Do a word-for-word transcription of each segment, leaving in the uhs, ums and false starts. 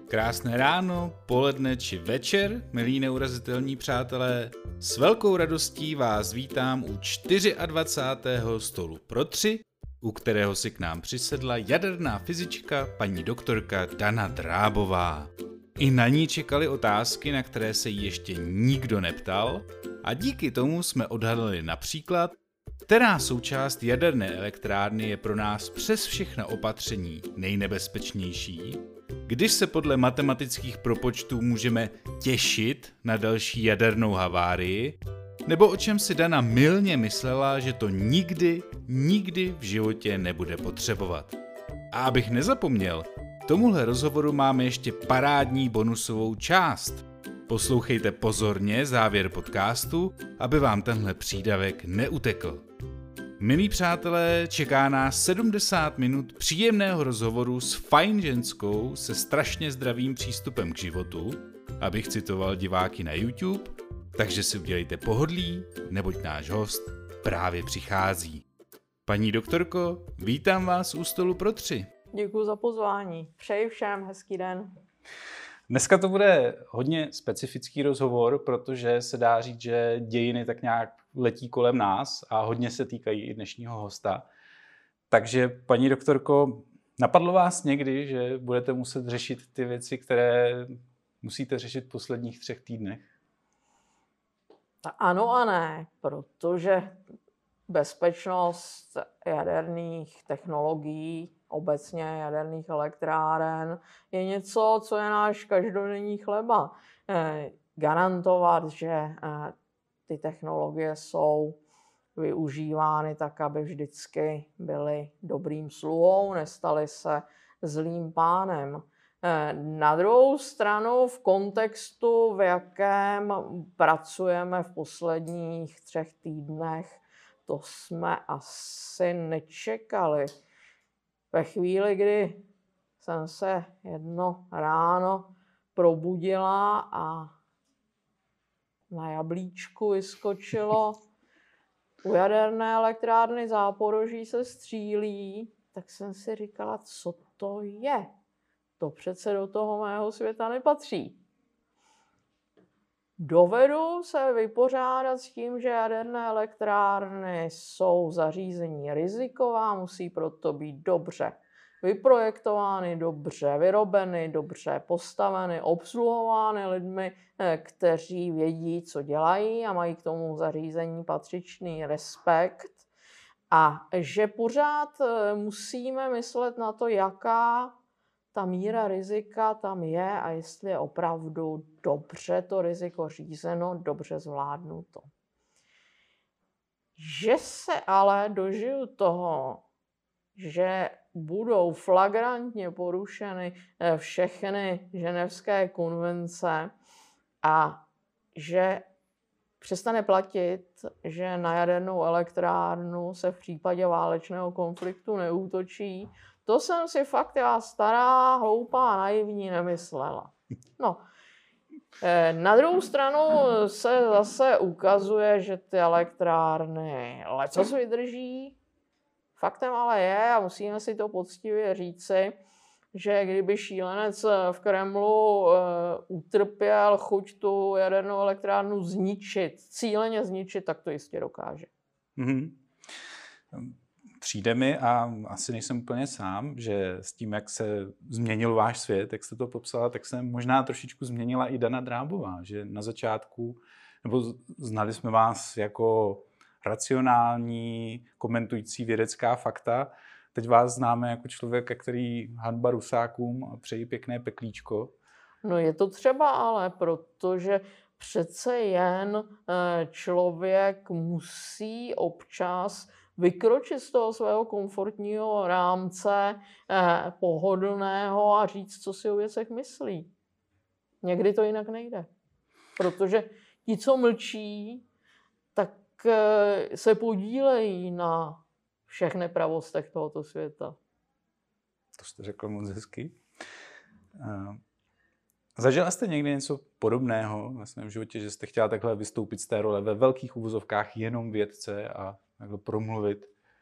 Krásné ráno, poledne či večer, milí neurazitelní přátelé. S velkou radostí vás vítám u dvacátého čtvrtého stolu pro tři, u kterého si k nám přisedla jaderná fyzička paní doktorka Dana Drábová. I na ní čekaly otázky, na které se jí ještě nikdo neptal, a díky tomu jsme odhalili například, která součást jaderné elektrárny je pro nás přes všechna opatření nejnebezpečnější, když se podle matematických propočtů můžeme těšit na další jadernou havárii, nebo o čem si Dana mylně myslela, že to nikdy, nikdy v životě nebude potřebovat. A abych nezapomněl, k tomuhle rozhovoru máme ještě parádní bonusovou část. Poslouchejte pozorně závěr podcastu, aby vám tenhle přídavek neutekl. Milí přátelé, čeká nás sedmdesát minut příjemného rozhovoru s fajn ženskou se strašně zdravým přístupem k životu, abych citoval diváky na YouTube, takže si udělejte pohodlí, neboť náš host právě přichází. Paní doktorko, vítám vás u stolu pro tři. Děkuji za pozvání. Přeji všem hezký den. Dneska to bude hodně specifický rozhovor, protože se dá říct, že dějiny tak nějak letí kolem nás a hodně se týkají i dnešního hosta. Takže, paní doktorko, napadlo vás někdy, že budete muset řešit ty věci, které musíte řešit v posledních třech týdnech? Ano a ne, protože bezpečnost jaderných technologií, obecně jaderných elektráren, je něco, co je náš každodenní chleba. Garantovat, že ty technologie jsou využívány tak, aby vždycky byly dobrým sluhou, nestaly se zlým pánem. Na druhou stranu v kontextu, v jakém pracujeme v posledních třech týdnech, to jsme asi nečekali. Ve chvíli, kdy jsem se jedno ráno probudila a na jablíčku vyskočilo, u jaderné elektrárny Záporoží se střílí, tak jsem si říkala, co to je? To přece do toho mého světa nepatří. Dovedu se vypořádat s tím, že jaderné elektrárny jsou zařízení riziková, musí proto být dobře vyprojektovány, dobře vyrobeny, dobře postaveny, obsluhovány lidmi, kteří vědí, co dělají a mají k tomu zařízení patřičný respekt. A že pořád musíme myslet na to, jaká ta míra rizika tam je a jestli je opravdu dobře to riziko řízeno, dobře zvládnuto. Že se ale dožiju toho, že budou flagrantně porušeny všechny ženevské konvence a že přestane platit, že na jadernou elektrárnu se v případě válečného konfliktu neútočí, to jsem si fakt já stará, hloupá, naivní nemyslela. No. Na druhou stranu se zase ukazuje, že ty elektrárny lecos vydrží. Faktem ale je, a musíme si to poctivě říci, že kdyby šílenec v Kremlu uh, utrpěl chuť tu jadernou elektrárnu zničit, cíleně zničit, tak to jistě dokáže. Mm-hmm. Přijde mi, a asi nejsem úplně sám, že s tím, jak se změnil váš svět, jak jste to popsala, tak se možná trošičku změnila i Dana Drábová, že na začátku, nebo znali jsme vás jako racionální, komentující vědecká fakta, teď vás známe jako člověka, který hanba Rusákům a přeji pěkné peklíčko. No je to třeba ale, protože přece jen člověk musí občas vykročit z toho svého komfortního rámce eh, pohodlného a říct, co si o věcech myslí. Někdy to jinak nejde. Protože ti, co mlčí, tak eh, se podílejí na všech nepravostech tohoto světa. To jste řekl moc hezky. Uh, zažila jste někdy něco podobného ve svém životě, že jste chtěla takhle vystoupit z té role ve velkých uvozovkách jenom vědce a takhle promluvit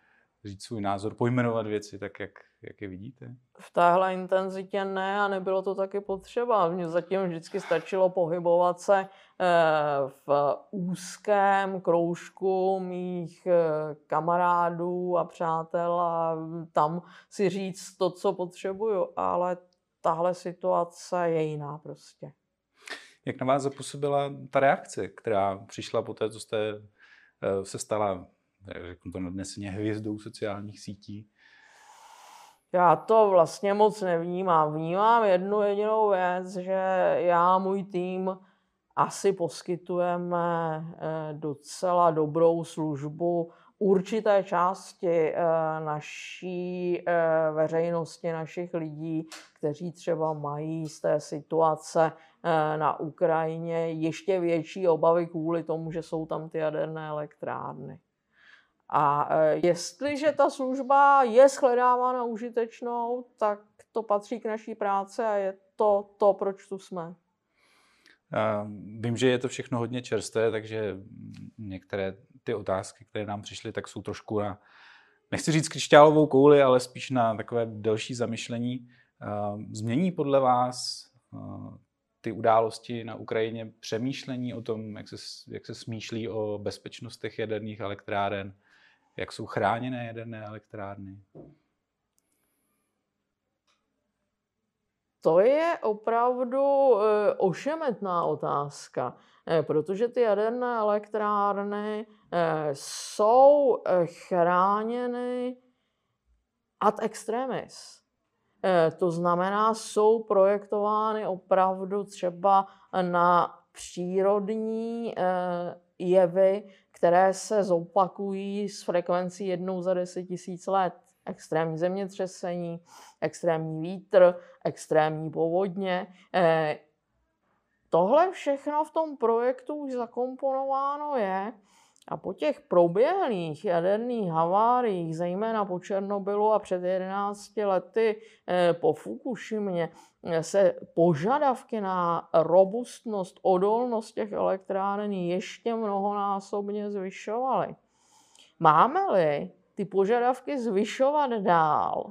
říct svůj názor, pojmenovat věci tak, jak, jak je vidíte? V téhle intenzitě ne a nebylo to taky potřeba. Mně zatím vždycky stačilo pohybovat se v úzkém kroužku mých kamarádů a přátel a tam si říct to, co potřebuju, ale tahle situace je jiná prostě. Jak na vás zapůsobila ta reakce, která přišla po té, co jste se stala, řeknu to nadneseně, hvězdou sociálních sítí? Já to vlastně moc nevnímám. Vnímám jednu jedinou věc, že já a můj tým asi poskytujeme docela dobrou službu určité části naší veřejnosti, našich lidí, kteří třeba mají z té situace na Ukrajině ještě větší obavy kvůli tomu, že jsou tam ty jaderné elektrárny. A jestliže ta služba je shledávána užitečnou, tak to patří k naší práci a je to to, proč tu jsme. Vím, že je to všechno hodně čerstvé, takže některé ty otázky, které nám přišly, tak jsou trošku na, nechci říct křišťálovou kouli, ale spíš na takové delší zamyšlení. Změní podle vás ty události na Ukrajině přemýšlení o tom, jak se, jak se smýšlí o bezpečnostech jaderných elektráren, jak jsou chráněné jaderné elektrárny? To je opravdu ošemetná otázka, protože ty jaderné elektrárny jsou chráněny ad extremis. To znamená, jsou projektovány opravdu třeba na přírodní jevy, které se zopakují s frekvencí jednou za deset tisíc let. Extrémní zemětřesení, extrémní vítr, extrémní povodně. Eh, tohle všechno v tom projektu už zakomponováno je a po těch proběhlých jaderných haváriích, zejména po Černobylu a před jedenácti lety eh, po Fukušimě, se požadavky na robustnost, odolnost těch elektráren ještě mnohonásobně zvyšovaly. Máme-li ty požadavky zvyšovat dál,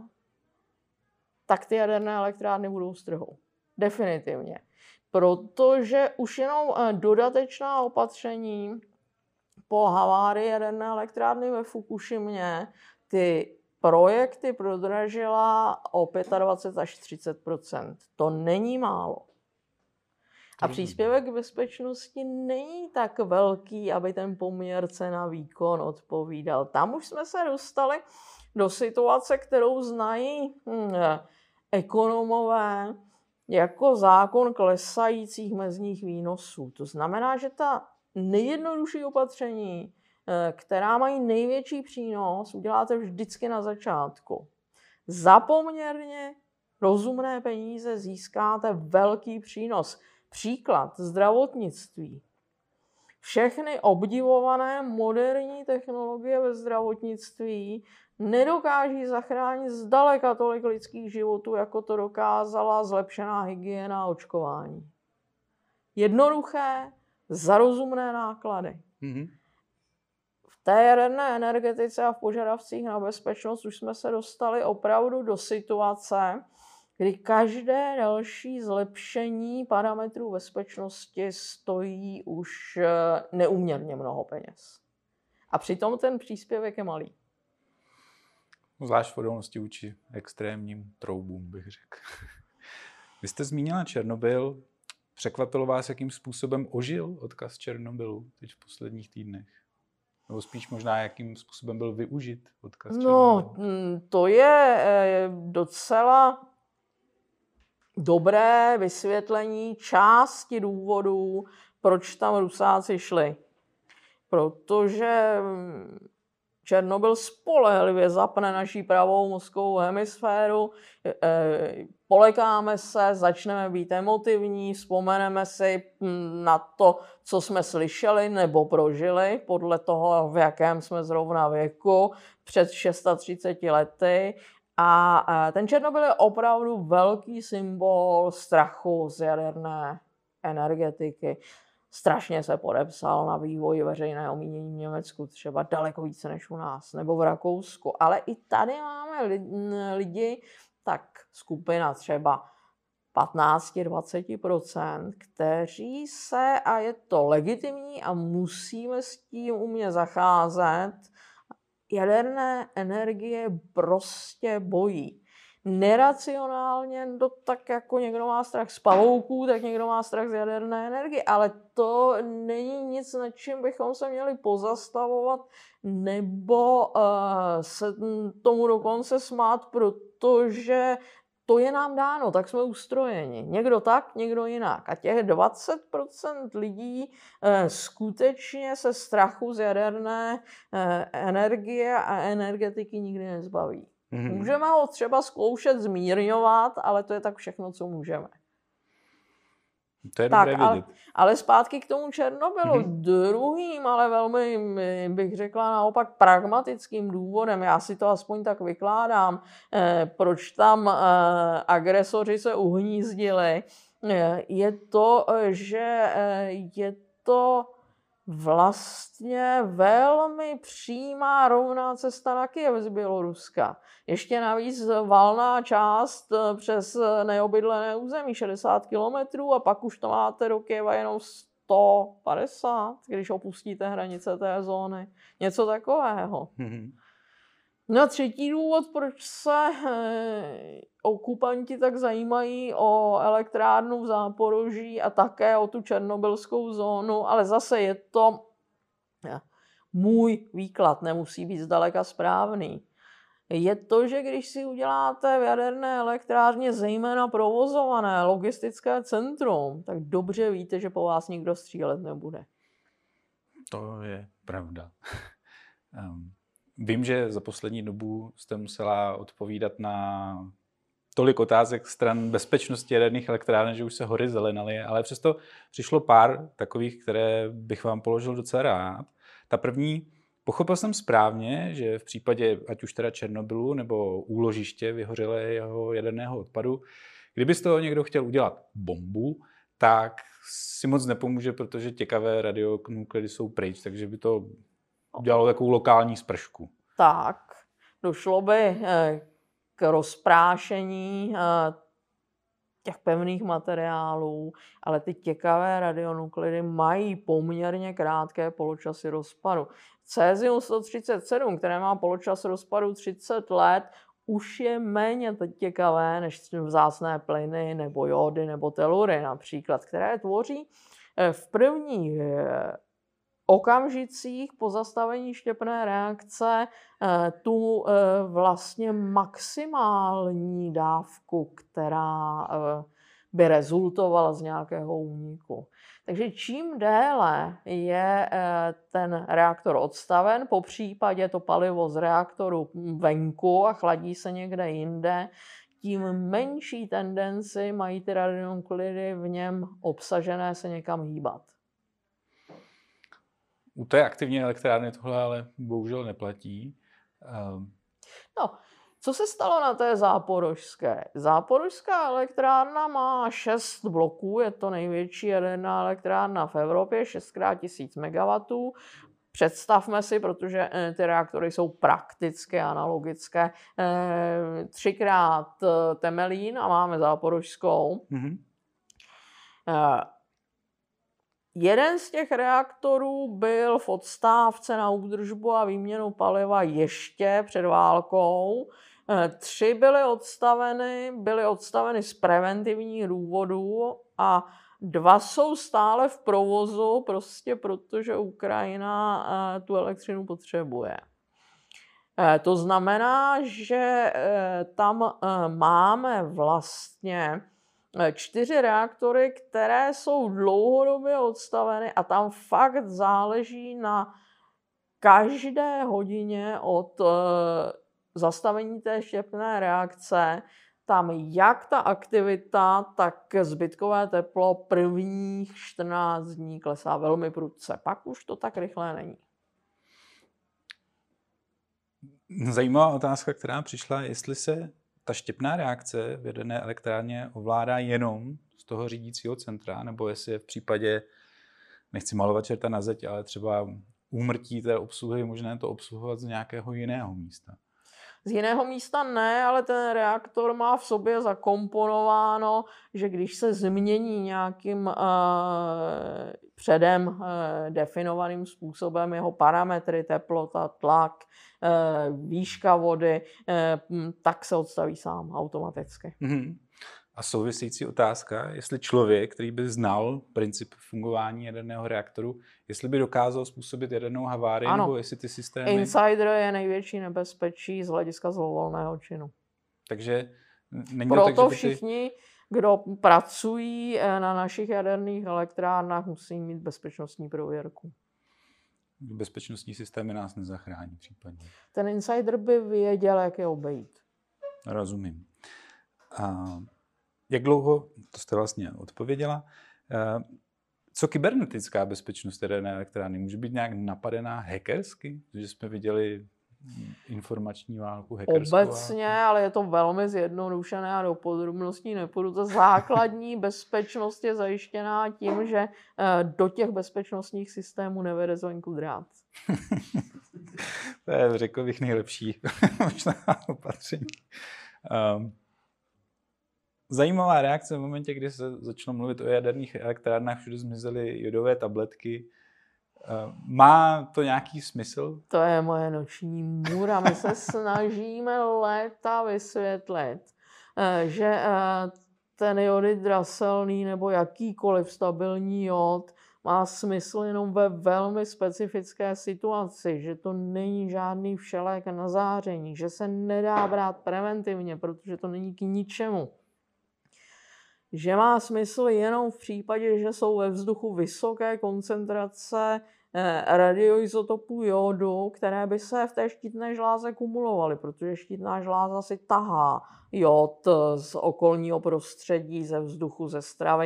tak ty jaderné elektrárny budou z trhu. Definitivně. Protože už jenom dodatečná opatření po havárii jaderné elektrárny ve Fukušimě ty projekty prodražila o dvacet pět až třicet procent. To není málo. A příspěvek k bezpečnosti není tak velký, aby ten poměr cena výkon odpovídal. Tam už jsme se dostali do situace, kterou znají hm, ekonomové jako zákon klesajících mezních výnosů. To znamená, že ta nejjednodušší opatření, která mají největší přínos, uděláte vždycky na začátku. Za poměrně rozumné peníze získáte velký přínos. Příklad zdravotnictví. Všechny obdivované moderní technologie ve zdravotnictví nedokáží zachránit zdaleka tolik lidských životů, jako to dokázala zlepšená hygiena a očkování. Jednoduché, za rozumné náklady. Mm-hmm. V té jaderné energetice a v požadavcích na bezpečnost už jsme se dostali opravdu do situace, kdy každé další zlepšení parametrů bezpečnosti stojí už neúměrně mnoho peněz. A přitom ten příspěvek je malý. Zvlášť v odolnosti vůči extrémním troubům, bych řekl. Vy jste zmínila Černobyl. Překvapilo vás, jakým způsobem ožil odkaz Černobylu teď v posledních týdnech? Nebo spíš možná, jakým způsobem byl využit odkaz Černobylu? No, to je docela dobré vysvětlení části důvodů, proč tam Rusáci šli. Protože Černobyl spolehlivě zapne naší pravou mozkovou hemisféru, polekáme se, začneme být emotivní, vzpomeneme si na to, co jsme slyšeli nebo prožili, podle toho, v jakém jsme zrovna věku, před třiceti šesti lety. A ten Černobyl je opravdu velký symbol strachu z jaderné energetiky. strašně se podepsal na vývoji veřejného mínění v Německu, třeba daleko více než u nás, nebo v Rakousku. Ale i tady máme lidi, tak skupina třeba patnáct až dvacet procent, kteří se, a je to legitimní a musíme s tím umět zacházet, jaderné energie prostě bojí. Neracionálně, to tak jako někdo má strach z pavouků, tak někdo má strach z jaderné energie, ale to není nic, nad čím bychom se měli pozastavovat nebo uh, se tomu dokonce smát, protože to je nám dáno, tak jsme ustrojeni. Někdo tak, někdo jinak. A těch dvacet procent lidí eh, skutečně se strachu z jaderné eh, energie a energetiky nikdy nezbaví. Mm-hmm. Můžeme ho třeba zkoušet zmírňovat, ale to je tak všechno, co můžeme. To je tak, dobré ale, vidět. ale zpátky k tomu Černobylu. Mm-hmm. Druhým, ale velmi, bych řekla naopak pragmatickým důvodem, já si to aspoň tak vykládám, eh, proč tam eh, agresoři se uhnízdili, eh, je to, že eh, je to vlastně velmi přímá rovná cesta na Kyjev z Běloruska. Ještě navíc valná část přes neobydlené území, šedesát kilometrů, a pak už to máte do Kyjeva jenom sto padesát, když opustíte hranice té zóny. Něco takového. Mm-hmm. No a třetí důvod, proč se eh, okupanti tak zajímají o elektrárnu v Záporoží a také o tu černobylskou zónu, ale zase je to eh, můj výklad, nemusí být zdaleka správný. Je to, že když si uděláte v jaderné elektrárně zejména provozované logistické centrum, tak dobře víte, že po vás nikdo střílet nebude. To je pravda. um. Vím, že za poslední dobu jste musela odpovídat na tolik otázek stran bezpečnosti jaderných elektráren, že už se hory zelenaly, ale přesto přišlo pár takových, které bych vám položil docela rád. Ta první, pochopil jsem správně, že v případě ať už teda Černobylu nebo úložiště vyhořelého jaderného odpadu, kdyby z toho někdo chtěl udělat bombu, tak si moc nepomůže, protože těkavé radionuklidy jsou pryč, takže by to udělalo takovou lokální spršku. Tak, došlo by k rozprášení těch pevných materiálů, ale ty těkavé radionuklidy mají poměrně krátké poločasy rozpadu. Cesium sto třicet sedm, které má poločas rozpadu třicet let, už je méně těkavé než vzácné plyny nebo jódy nebo telury například, které tvoří v první okamžicích po zastavení štěpné reakce tu vlastně maximální dávku, která by rezultovala z nějakého úniku. Takže čím déle je ten reaktor odstaven, po případě to palivo z reaktoru venku a chladí se někde jinde, tím menší tendenci mají ty radionuklidy v něm obsažené se někam hýbat. U té aktivní elektrárny tohle ale bohužel neplatí. Um... No, co se stalo na té záporožské? Záporožská elektrárna má šest bloků, je to největší jaderná elektrárna v Evropě, šestkrát tisíc megawattů. Představme si, protože ty reaktory jsou prakticky analogické, třikrát Temelín a máme záporožskou. Mm-hmm. Jeden z těch reaktorů byl v odstávce na údržbu a výměnu paliva ještě před válkou. Tři byly odstaveny, byly odstaveny z preventivních důvodů a dva jsou stále v provozu, prostě protože Ukrajina tu elektřinu potřebuje. To znamená, že tam máme vlastně čtyři reaktory, které jsou dlouhodobě odstaveny a tam fakt záleží na každé hodině od zastavení té štěpné reakce, tam jak ta aktivita, tak zbytkové teplo prvních čtrnáct dní klesá velmi prudce. Pak už to tak rychle není. Zajímavá otázka, která přišla, jestli se ta štěpná reakce v jaderné elektrárně ovládá jenom z toho řídícího centra, nebo jestli je v případě nechci malovat čerta na zeď, ale třeba úmrtí té obsluhy je možné to obsluhovat z nějakého jiného místa. Z jiného místa ne, ale ten reaktor má v sobě zakomponováno, že když se změní nějakým uh, předem uh, definovaným způsobem jeho parametry, teplota, tlak, uh, výška vody, uh, tak se odstaví sám automaticky. Mm-hmm. A související otázka, jestli člověk, který by znal princip fungování jaderného reaktoru, jestli by dokázal způsobit jadernou havárii, ano. nebo jestli ty systémy... Insider je největší nebezpečí z hlediska zlovolného činu. Takže není Proto to tak, že by všichni, kdo pracují na našich jaderných elektrárnách, musí mít bezpečnostní prověrku. Bezpečnostní systémy nás nezachrání případně. Ten insider by věděl, jak je obejít. Rozumím. A jak dlouho, to jste vlastně odpověděla, co kybernetická bezpečnost jaderné elektrárny? Může být nějak napadená hackersky? Že jsme viděli informační válku hackerskou? Obecně, ale je to velmi zjednodušené a do podrobností nepůjdu. Ta základní bezpečnost je zajištěná tím, že do těch bezpečnostních systémů nevede zvenku drát. To je, řekl bych, nejlepší možná opatření. Um, Zajímavá reakce v momentě, kdy se začalo mluvit o jaderných elektrárnách, všude zmizely jodové tabletky. Má to nějaký smysl? To je moje noční můra. My se snažíme léta vysvětlit, že ten jodid draselný nebo jakýkoliv stabilní jod má smysl jenom ve velmi specifické situaci, že to není žádný všelék na záření, že se nedá brát preventivně, protože to není k ničemu. Že má smysl jenom v případě, že jsou ve vzduchu vysoké koncentrace radioizotopů jodu, které by se v té štítné žláze kumulovaly, protože štítná žláza si tahá jod z okolního prostředí, ze vzduchu, ze stravy.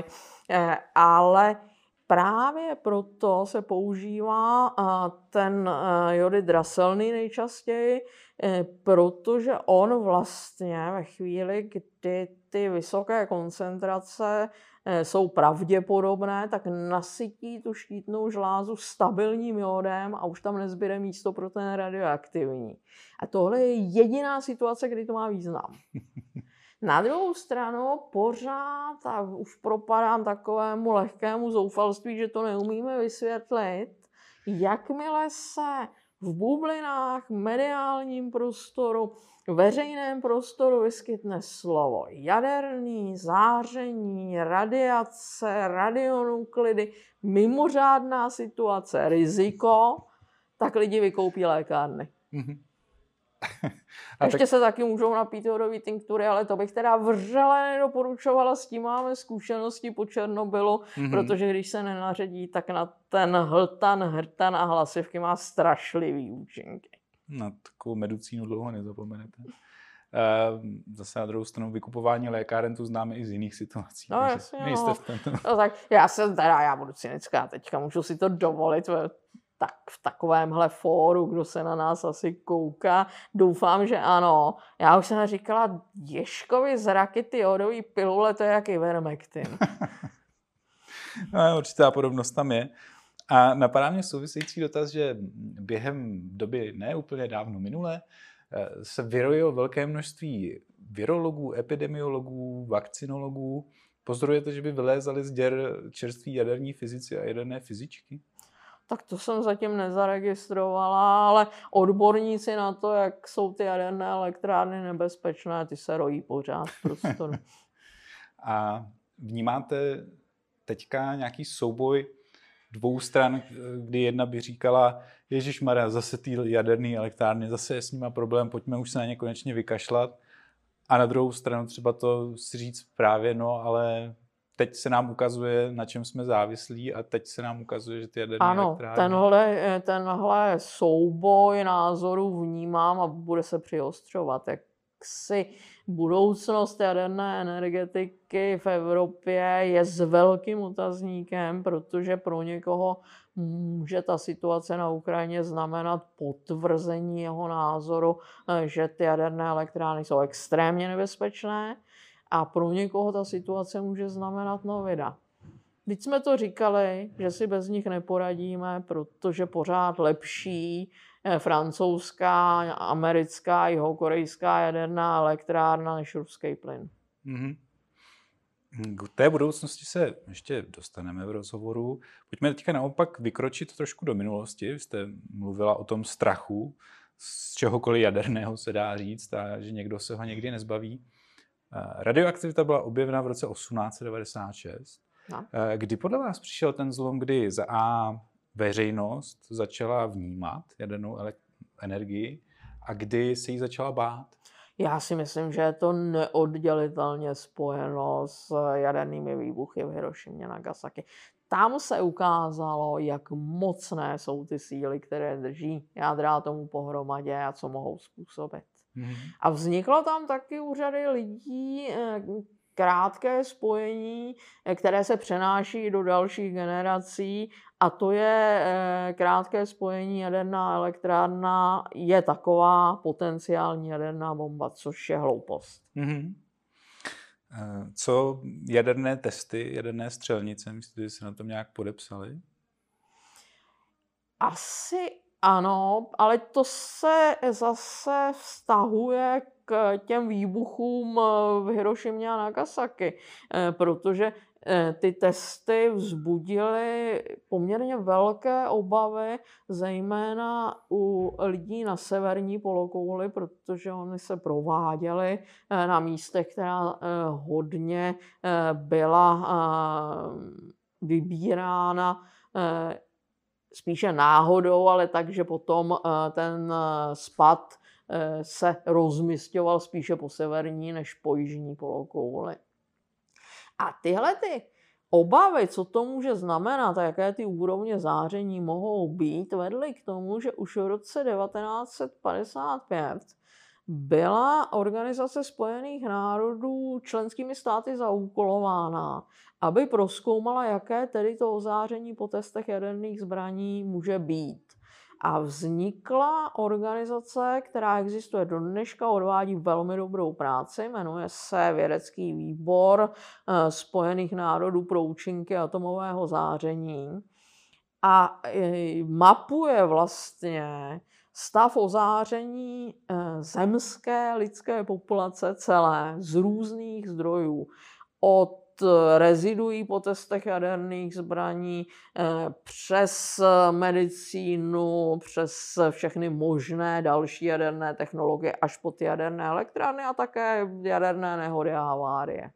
Ale právě proto se používá ten jodid draselný nejčastěji, protože on vlastně ve chvíli, kdy ty vysoké koncentrace jsou pravděpodobné, tak nasytí tu štítnou žlázu stabilním jodem a už tam nezbyde místo pro ten radioaktivní. A tohle je jediná situace, kdy to má význam. Na druhou stranu pořád, a už propadám takovému lehkému zoufalství, že to neumíme vysvětlit, jakmile se v bublinách, mediálním prostoru, veřejném prostoru vyskytne slovo jaderný, záření, radiace, radionuklidy, mimořádná situace, riziko, tak lidi vykoupí lékárny. Mm-hmm. A ještě tak... se taky můžou napít jodový tinktury, ale to bych teda vřele nedoporučovala, s tím máme zkušenosti po Černobylu, mm-hmm. protože když se nenaředí, tak na ten hltan, hrtan a hlasivky má strašlivý účinky. Na takovou medicínu dlouho nezapomenete. Zase na druhou stranu vykupování lékáren tu známe i z jiných situací. No jasně, nejste no. v tento... no. tak já jsem teda, já budu cynická teďka, můžu si to dovolit tak v takovémhle fóru, kdo se na nás asi kouká. Doufám, že ano. Já už jsem říkala, Ježkovi z rakety jodový pilule, to je jak Ivermectin. No, určitá podobnost tam je. A napadá mě související dotaz, že během doby ne úplně dávno minulé se vyrojilo velké množství virologů, epidemiologů, vakcinologů. Pozorujete, že by vylézali z děr čerství jaderní fyzici a jaderné fyzičky? Tak to jsem zatím nezaregistrovala, ale odborníci na to, jak jsou ty jaderné elektrárny nebezpečné, ty se rojí pořád v prostoru. A vnímáte teďka nějaký souboj dvou stran, kdy jedna by říkala, ježišmarja, zase ty jaderné elektrárny, zase je s nima problém, pojďme už se na ně konečně vykašlat. A na druhou stranu třeba to si říct právě, no ale teď se nám ukazuje, na čem jsme závislí a teď se nám ukazuje, že ty jaderné ano, elektrárny... Ano, tenhle, tenhle souboj názorů vnímám a bude se přiostřovat. Jak si budoucnost jaderné energetiky v Evropě je s velkým otazníkem, protože pro někoho může ta situace na Ukrajině znamenat potvrzení jeho názoru, že ty jaderné elektrárny jsou extrémně nebezpečné, a pro někoho ta situace může znamenat no vida. Vždyť jsme to říkali, že si bez nich neporadíme, protože pořád lepší francouzská, americká, jihokorejská jaderná elektrárna než ruský plyn. Mm-hmm. K té budoucnosti se ještě dostaneme v rozhovoru. Pojďme teďka naopak vykročit trošku do minulosti. Vy jste mluvila o tom strachu z čehokoliv jaderného, se dá říct, a že někdo se ho někdy nezbaví. Radioaktivita byla objevena v roce osmnáct set devadesát šest. No. Kdy podle vás přišel ten zlom, kdy za A veřejnost začala vnímat jadernou energii a kdy se jí začala bát? Já si myslím, že je to neoddělitelně spojeno s jadernými výbuchy v Hirošimě a Nagasaki. Tam se ukázalo, jak mocné jsou ty síly, které drží jádra tomu pohromadě a co mohou způsobit. Mm. A vzniklo tam taky u řady lidí krátké spojení, které se přenáší do dalších generací, a to je krátké spojení jaderná elektrárna je taková potenciální jaderná bomba, což je hloupost. Mm-hmm. Co jaderné testy, jaderné střelnice, myslíte, že se na tom nějak podepsali? Asi ano, ale to se zase vztahuje k těm výbuchům v Hirošimě a Nagasaki, protože ty testy vzbudily poměrně velké obavy, zejména u lidí na severní polokouli, protože oni se prováděly na místech, která hodně byla vybírána spíše náhodou, ale tak, že potom ten spad se rozmisťoval spíše po severní než po jižní polokouli. A tyhle ty obavy, co to může znamenat a jaké ty úrovně záření mohou být, vedly k tomu, že už v roce devatenáct set padesát pět byla Organizace spojených národů členskými státy zaúkolována, aby prozkoumala, jaké tedy to ozáření po testech jaderných zbraní může být. A vznikla organizace, která existuje do dneška, odvádí velmi dobrou práci, jmenuje se Vědecký výbor Spojených národů pro účinky atomového záření a mapuje vlastně stav ozáření zemské lidské populace celé z různých zdrojů. Od reziduí po testech jaderných zbraní přes medicínu, přes všechny možné další jaderné technologie až po ty jaderné elektrárny a také jaderné nehody a havárie.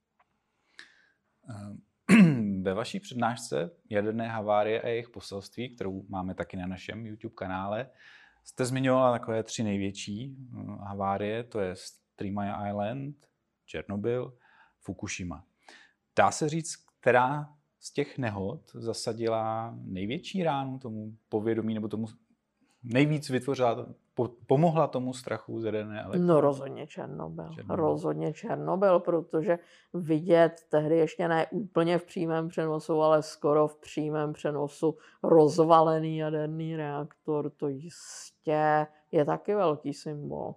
Ve vaší přednášce Jaderné havárie a jejich poselství, kterou máme taky na našem YouTube kanále, jste zmiňovala takové tři největší havárie, to je Three Mile Island, Černobyl, Fukushima. Dá se říct, která z těch nehod zasadila největší ránu tomu povědomí, nebo tomu nejvíc vytvořila, po, pomohla tomu strachu z jaderné elektrárny? No rozhodně Černobyl. Černobyl. Rozhodně Černobyl, protože vidět tehdy ještě ne úplně v přímém přenosu, ale skoro v přímém přenosu rozvalený jaderný reaktor, to jistě je taky velký symbol.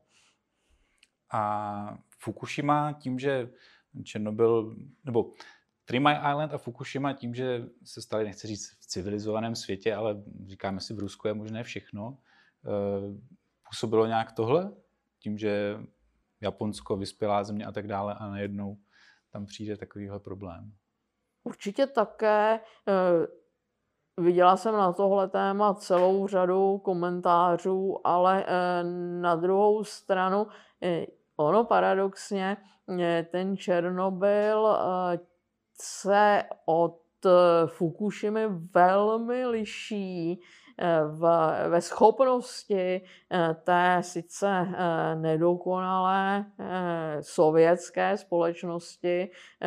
A Fukushima tím, že Černobyl, nebo Three Mile Island a Fukushima tím, že se stali, nechci říct v civilizovaném světě, ale říkáme si v Rusku je možné všechno, působilo nějak tohle? Tím, že Japonsko, vyspělá země a tak dále a najednou tam přijde takovýhle problém? Určitě také. Viděla jsem na tohle téma celou řadu komentářů, ale na druhou stranu ono paradoxně, ten Černobyl se od Fukušimy velmi liší v, ve schopnosti té sice nedokonalé sovětské společnosti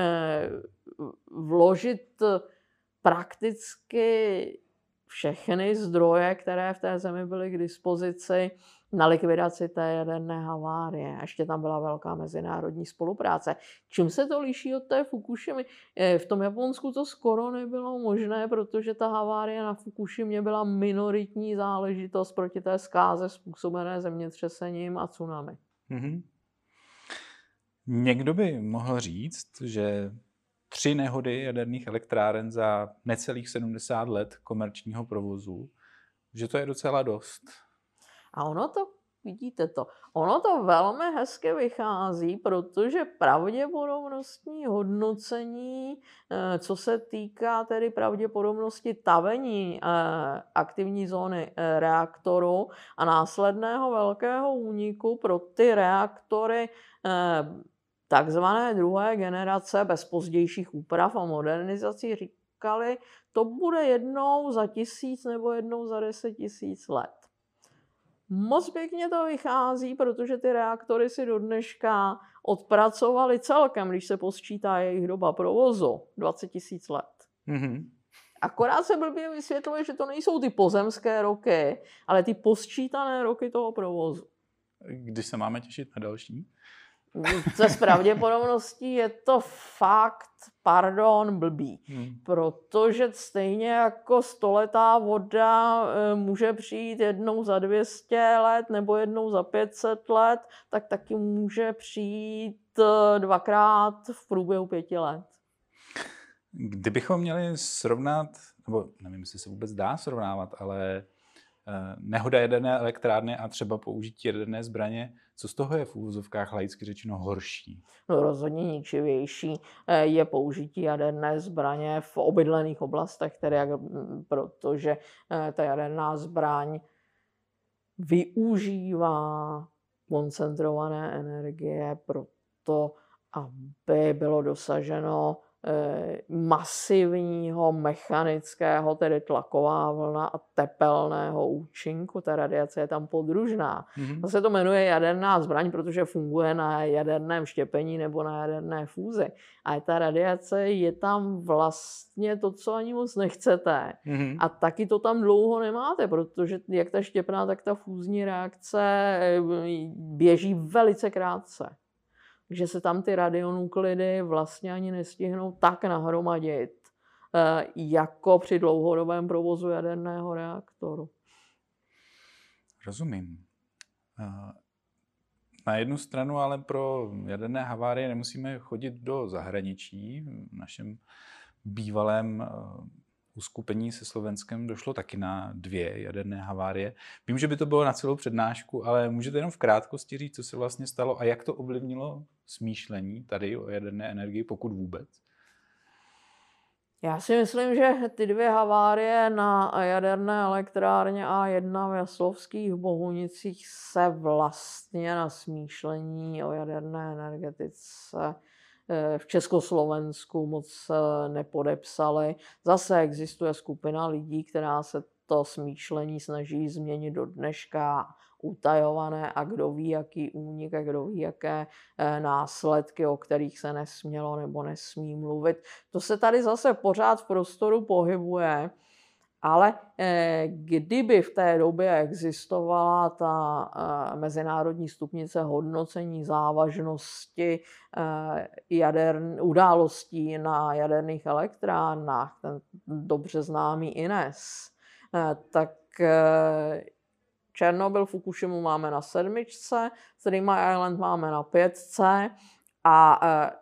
vložit prakticky všechny zdroje, které v té zemi byly k dispozici na likvidaci té jaderné havárie. A ještě tam byla velká mezinárodní spolupráce. Čím se to liší od té Fukušimy? V tom Japonsku to skoro nebylo možné, protože ta havárie na Fukušimě byla minoritní záležitost proti té zkáze způsobené zemětřesením a tsunami. Mm-hmm. Někdo by mohl říct, že tři nehody jaderných elektráren za necelých sedmdesát let komerčního provozu, že to je docela dost. A ono to, vidíte to, ono to velmi hezky vychází, protože pravděpodobnostní hodnocení, co se týká tedy pravděpodobnosti tavení aktivní zóny reaktoru a následného velkého úniku pro ty reaktory takzvané druhé generace bez pozdějších úprav a modernizací říkali, to bude jednou za tisíc nebo jednou za deset tisíc let. Moc pěkně to vychází, protože ty reaktory si do dneška odpracovaly celkem, když se posčítá jejich doba provozu, dvacet tisíc let. Mm-hmm. Akorát se blbě vysvětluje, že to nejsou ty pozemské roky, ale ty posčítané roky toho provozu. Když se máme těšit na další? Se s pravděpodobností je to fakt, pardon, blbý. Hmm. Protože stejně jako stoletá voda může přijít jednou za dvě stě let nebo jednou za pět set let, tak taky může přijít dvakrát v průběhu pěti let. Kdybychom měli srovnat, nebo nevím, jestli se vůbec dá srovnávat, ale nehoda jaderné elektrárny a třeba použití jaderné zbraně, co z toho je v úvozovkách laicky řečeno horší? No rozhodně ničivější je použití jaderné zbraně v obydlených oblastech, tedy jak, protože ta jaderná zbraň využívá koncentrované energie proto, aby bylo dosaženo masivního mechanického, tedy tlaková vlna a tepelného účinku. Ta radiace je tam podružná. Mm-hmm. To se to jmenuje jaderná zbraň, protože funguje na jaderném štěpení nebo na jaderné fúzi. A ta radiace je tam vlastně to, co ani moc nechcete. Mm-hmm. A taky to tam dlouho nemáte, protože jak ta štěpná, tak ta fúzní reakce běží velice krátce. Takže se tam ty radionuklidy vlastně ani nestihnou tak nahromadit, jako při dlouhodobém provozu jaderného reaktoru. Rozumím. Na jednu stranu ale pro jaderné havárie nemusíme chodit do zahraničí. V našem bývalém uskupení se Slovenskem došlo taky na dvě jaderné havárie. Vím, že by to bylo na celou přednášku, ale můžete jenom v krátkosti říct, co se vlastně stalo a jak to ovlivnilo smýšlení tady o jaderné energii, pokud vůbec? Já si myslím, že ty dvě havárie na jaderné elektrárně A jedna v Jaslovských Bohunicích se vlastně na smýšlení o jaderné energetice v Československu moc nepodepsali. Zase existuje skupina lidí, která se to smýšlení snaží změnit do dneška, utajované a kdo ví, jaký únik a kdo ví, jaké následky, o kterých se nesmělo nebo nesmí mluvit. To se tady zase pořád v prostoru pohybuje, ale kdyby v té době existovala ta mezinárodní stupnice hodnocení závažnosti jadern, událostí na jaderných elektrárnách, ten dobře známý I N E S, tak Černobyl, Fukushimu máme na sedmičce, Three Mile Island máme na pětce a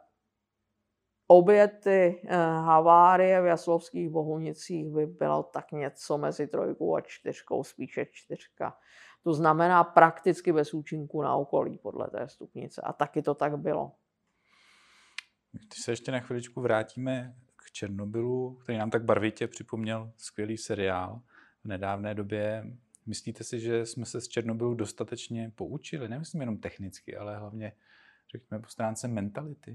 obě ty havárie v Jaslovských Bohunicích by bylo tak něco mezi trojkou a čtyřkou, spíše čtyřka. To znamená prakticky bez účinku na okolí podle té stupnice. A taky to tak bylo. Když se ještě na chviličku vrátíme k Černobylu, který nám tak barvitě připomněl skvělý seriál v nedávné době. Myslíte si, že jsme se z Černobylu dostatečně poučili? Nemyslím jenom technicky, ale hlavně, řekněme, po stránce mentality.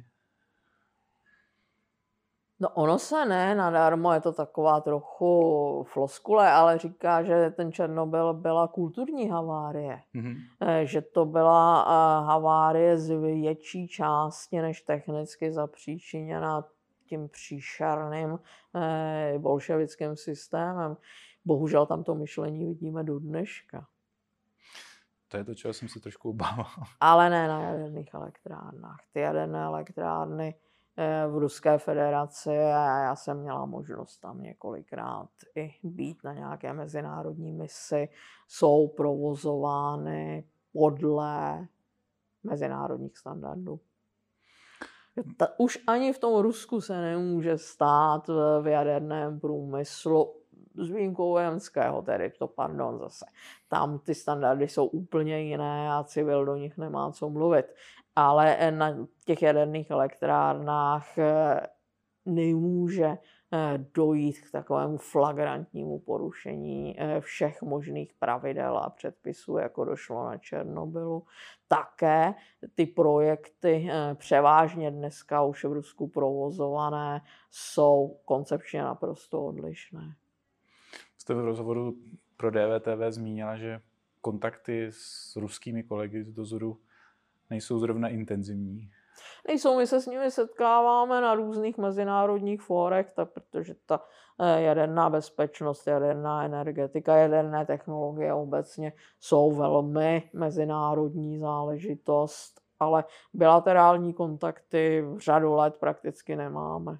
No ono se ne, nadarmo, je to taková trochu floskule, ale říká, že ten Černobyl byla kulturní havárie. Mm-hmm. Že to byla havárie z větší části než technicky zapříčiněna tím příšerným bolševickým systémem. Bohužel tam to myšlení vidíme do dneška. To je to, čeho jsem se trošku obával. Ale ne na jaderných elektrárnách. Ty jaderné elektrárny v Ruské federaci a já jsem měla možnost tam několikrát i být na nějaké mezinárodní misi, jsou provozovány podle mezinárodních standardů. Ta, už ani v tom Rusku se nemůže stát v jaderném průmyslu, s výjimkou vojenského, tedy to pardon zase. Tam ty standardy jsou úplně jiné a civil do nich nemá co mluvit. Ale na těch jaderných elektrárnách nemůže dojít k takovému flagrantnímu porušení všech možných pravidel a předpisů, jako došlo na Černobylu. Také ty projekty převážně dneska už v Rusku provozované jsou koncepčně naprosto odlišné. Jste v rozhovoru pro D V T V zmínila, že kontakty s ruskými kolegy z dozoru nejsou zrovna intenzivní. Nejsou, my se s nimi setkáváme na různých mezinárodních fórech, tak, protože ta jaderná bezpečnost, jaderná energetika, jaderné technologie obecně jsou velmi mezinárodní záležitost, ale bilaterální kontakty v řadu let prakticky nemáme.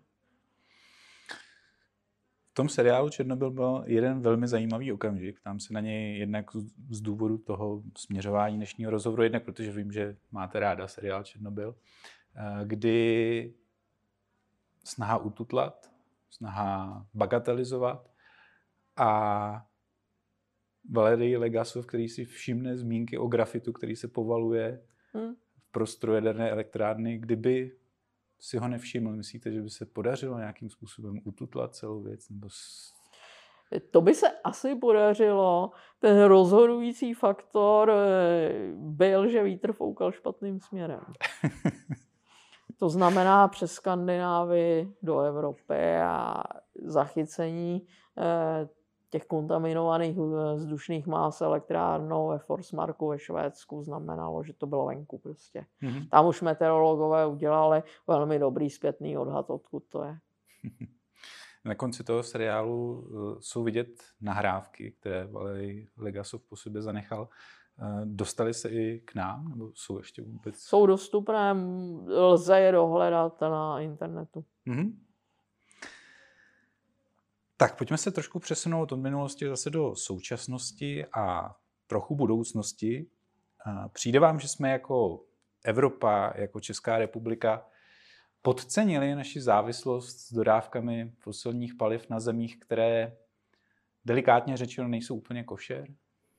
V tom seriálu Černobyl byl jeden velmi zajímavý okamžik. Tam se na něj jednak z důvodu toho směřování dnešního rozhovoru, jednak protože vím, že máte ráda seriál Černobyl, kdy snaha ututlat, snaha bagatelizovat a Valerij Legasov, který si všimne zmínky o grafitu, který se povaluje hmm. v prostoru jaderné elektrárny, kdyby si ho nevšiml, myslíte, že by se podařilo nějakým způsobem ututlat celou věc? Nebo s... To by se asi podařilo. Ten rozhodující faktor byl, že vítr foukal špatným směrem. To znamená přes Skandinávii do Evropy a zachycení těch kontaminovaných vzdušných más elektrárnou ve Forsmarku ve Švédsku znamenalo, že to bylo venku prostě. Mm-hmm. Tam už meteorologové udělali velmi dobrý zpětný odhad, odkud to je. Na konci toho seriálu jsou vidět nahrávky, které Valerij Legasov po sobě zanechal. Dostali se i k nám? Nebo jsou ještě vůbec? Jsou dostupné, lze je dohledat na internetu. Mm-hmm. Tak pojďme se trošku přesunout od minulosti zase do současnosti a trochu budoucnosti. Přijde vám, že jsme jako Evropa, jako Česká republika podcenili naši závislost s dodávkami fosilních paliv na zemích, které delikátně řečeno nejsou úplně košer?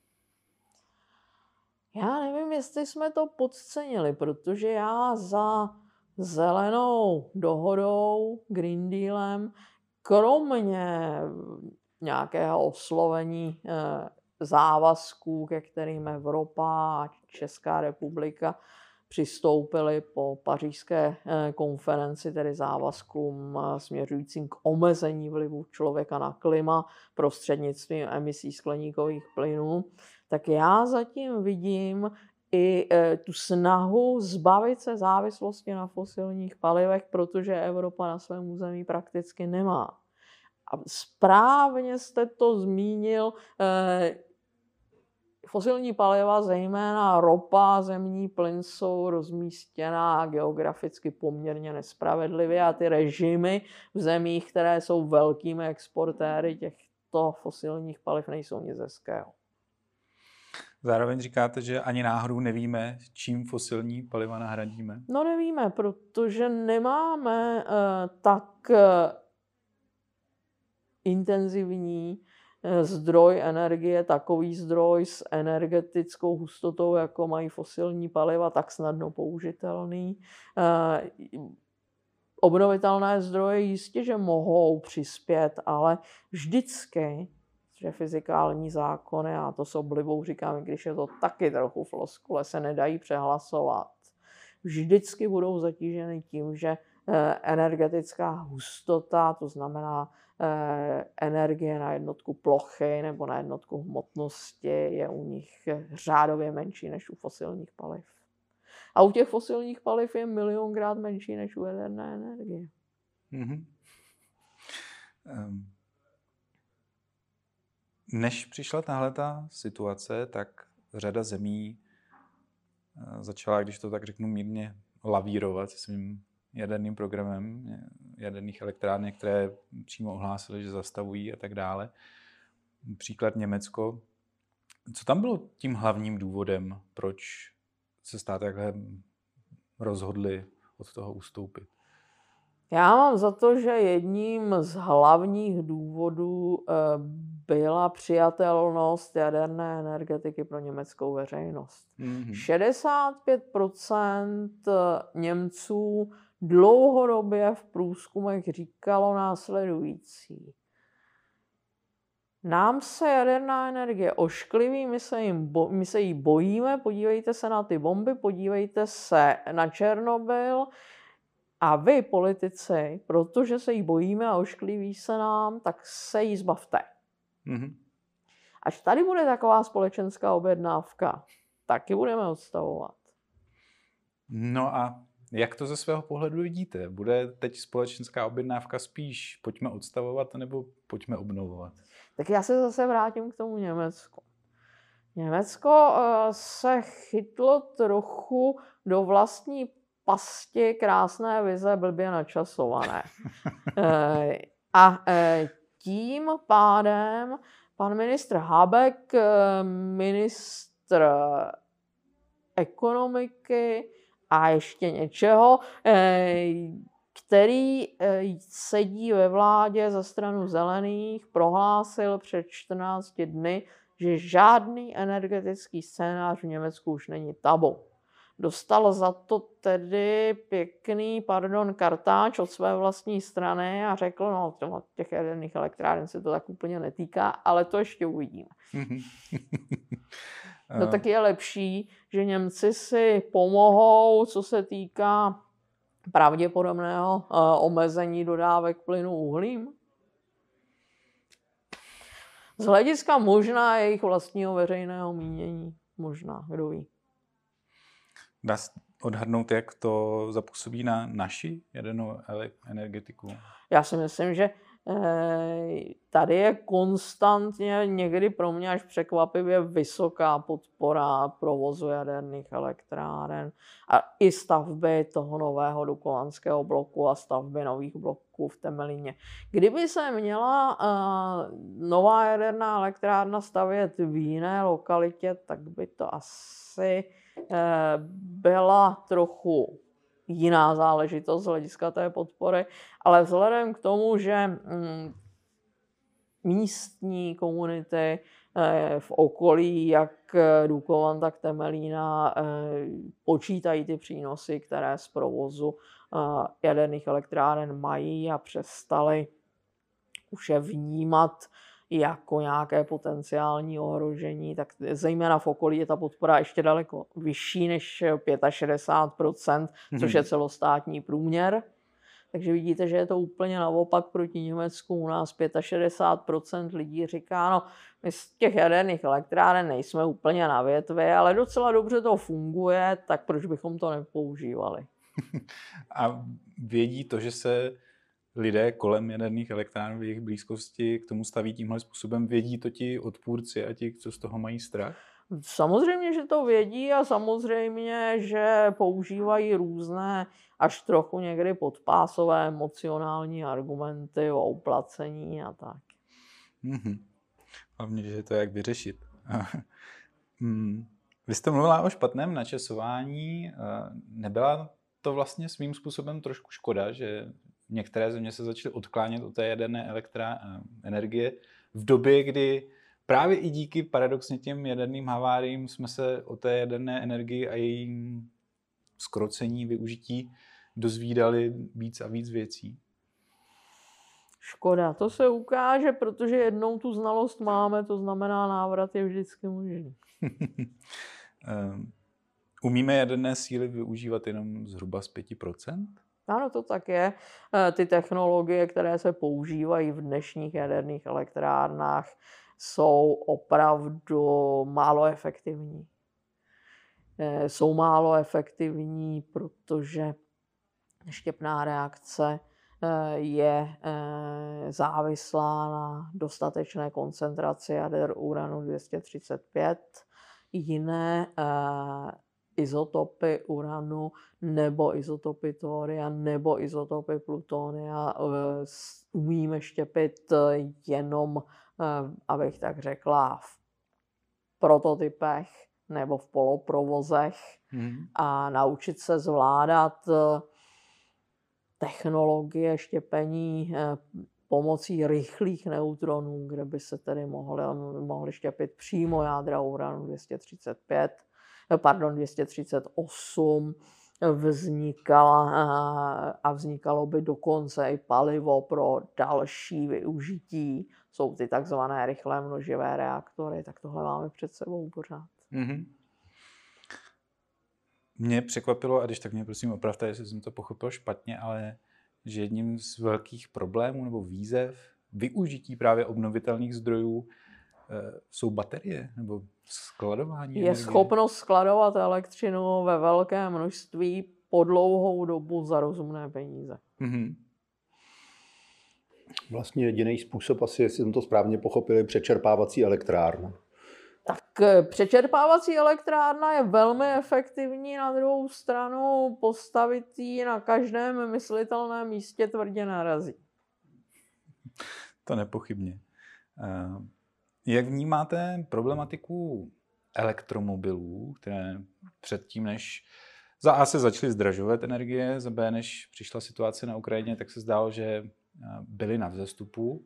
Já nevím, jestli jsme to podcenili, protože já za zelenou dohodou, Green Dealem, kromě nějakého oslovení závazků, ke kterým Evropa a Česká republika přistoupili po pařížské konferenci, tedy závazkům směřujícím k omezení vlivu člověka na klima prostřednictvím emisí skleníkových plynů, tak já zatím vidím i tu snahu zbavit se závislosti na fosilních palivech, protože Evropa na svém území prakticky nemá. A správně jste to zmínil, fosilní paliva, zejména ropa, zemní plyn, jsou rozmístěná geograficky poměrně nespravedlivě a ty režimy v zemích, které jsou velkými exportéry těchto fosilních paliv, nejsou nic hezkého. Zároveň říkáte, že ani náhodou nevíme, čím fosilní paliva nahradíme? No nevíme, protože nemáme uh, tak uh, intenzivní uh, zdroj energie, takový zdroj s energetickou hustotou, jako mají fosilní paliva, tak snadno použitelný. Uh, obnovitelné zdroje jistě, že mohou přispět, ale vždycky, že fyzikální zákony, a to s oblibou říkám, když je to taky trochu floskule, se nedají přehlasovat. Vždycky budou zatíženy tím, že energetická hustota, to znamená energie na jednotku plochy nebo na jednotku hmotnosti, je u nich řádově menší než u fosilních paliv. A u těch fosilních paliv je milionkrát menší než u jaderné energie. Mm-hmm. Um. Než přišla tahleta situace, tak řada zemí začala, když to tak řeknu mírně, lavírovat se svým jaderným programem, jaderných elektráren, které přímo ohlásily, že zastavují a tak dále. Příklad Německo. Co tam bylo tím hlavním důvodem, proč se státy takhle rozhodli od toho ustoupit? Já mám za to, že jedním z hlavních důvodů byla přijatelnost jaderné energetiky pro německou veřejnost. Mm-hmm. šedesát pět procent Němců dlouhodobě v průzkumech říkalo následující. Nám se jaderná energie oškliví, my se, jim bo- my se jí bojíme, podívejte se na ty bomby, podívejte se na Černobyl a vy, politici, protože se jí bojíme a oškliví se nám, tak se jí zbavte. Mm-hmm. Až tady bude taková společenská objednávka, taky budeme odstavovat. No a jak to ze svého pohledu vidíte? Bude teď společenská objednávka spíš pojďme odstavovat nebo pojďme obnovovat? Tak já se zase vrátím k tomu Německu. Německo uh, se chytlo trochu do vlastní pasti krásné vize blbě načasované. uh, a uh, tím pádem pan ministr Habeck, uh, ministr ekonomiky a ještě něčeho, uh, který sedí ve vládě za stranu zelených, prohlásil před čtrnácti dny, že žádný energetický scénář v Německu už není tabu. Dostal za to tedy pěkný, pardon, kartáč od své vlastní strany a řekl, no těch jaderných elektráren se to tak úplně netýká, ale to ještě uvidíme. No tak je lepší, že Němci si pomohou, co se týká pravděpodobného uh, omezení dodávek plynu uhlím? Z hlediska možná jejich vlastního veřejného mínění. Možná, kdo ví. Dá se odhadnout, jak to zapůsobí na naši jadernou energetiku? Já si myslím, že tady je konstantně někdy pro mě až překvapivě vysoká podpora provozu jaderných elektráren a i stavby toho nového dukovanského bloku a stavby nových bloků v Temelíně. Kdyby se měla uh, nová jaderná elektrárna stavět v jiné lokalitě, tak by to asi uh, byla trochu jiná záležitost z hlediska té podpory, ale vzhledem k tomu, že mm, místní komunity eh, v okolí, jak Dukovan, tak Temelína, eh, počítají ty přínosy, které z provozu eh, jaderných elektráren mají a přestali už je vnímat jako nějaké potenciální ohrožení, tak zejména v okolí je ta podpora ještě daleko vyšší než šedesát pět procent, což je celostátní průměr. Takže vidíte, že je to úplně naopak proti Německu. U nás šedesát pět procent lidí říká, no my z těch jaderných elektráren nejsme úplně na větvi, ale docela dobře to funguje, tak proč bychom to nepoužívali? A vědí to, že se lidé kolem jaderných elektráren v jejich blízkosti k tomu staví tímhle způsobem, vědí to ti odpůrci a ti, co z toho mají strach? Samozřejmě, že to vědí a samozřejmě, že používají různé až trochu někdy podpásové emocionální argumenty o uplacení a tak. Mm-hmm. Hlavně, že je to jak vyřešit. Vy jste mluvila o špatném načasování. Nebyla to vlastně svým způsobem trošku škoda, že některé země se začaly odklánět od té jaderné elektra energie v době, kdy právě i díky paradoxně těm jaderným haváriím jsme se o té jaderné energii a jejím zkrocení, využití dozvídali víc a víc věcí? Škoda, to se ukáže, protože jednou tu znalost máme, to znamená návrat je vždycky možný. Umíme jaderné síly využívat jenom zhruba z pět procent? Ano, to tak je. Ty technologie, které se používají v dnešních jaderných elektrárnách, jsou opravdu málo efektivní. Jsou málo efektivní, protože štěpná reakce je závislá na dostatečné koncentraci jader uranu dvě stě třicet pět. Jiné izotopy uranu nebo izotopy thoria nebo izotopy plutonia umíme štěpit jenom, abych tak řekla, v prototypech nebo v poloprovozech hmm. a naučit se zvládat technologie štěpení pomocí rychlých neutronů, kde by se tedy mohly, mohly štěpit přímo jádra uranu dvě stě třicet pět, pardon, dvě stě třicet osm, vznikala a vznikalo by dokonce i palivo pro další využití. Jsou ty takzvané rychlé množivé reaktory, tak tohle máme před sebou pořád. Mm-hmm. Mě překvapilo, a když tak mě prosím opravte, jestli jsem to pochopil špatně, ale že jedním z velkých problémů nebo výzev využití právě obnovitelných zdrojů e, jsou baterie nebo skladování Je energie. schopnost skladovat elektřinu ve velké množství po dlouhou dobu za rozumné peníze. Mm-hmm. Vlastně jediný způsob, asi, jestli jsem to správně pochopil, je přečerpávací elektrárna. Tak přečerpávací elektrárna je velmi efektivní, na druhou stranu postavit ji na každém myslitelném místě tvrdě narazí. To nepochybně. Jak vnímáte problematiku elektromobilů, které předtím, než za A se začaly zdražovat energie, za B, než přišla situace na Ukrajině, tak se zdálo, že byly na vzestupu.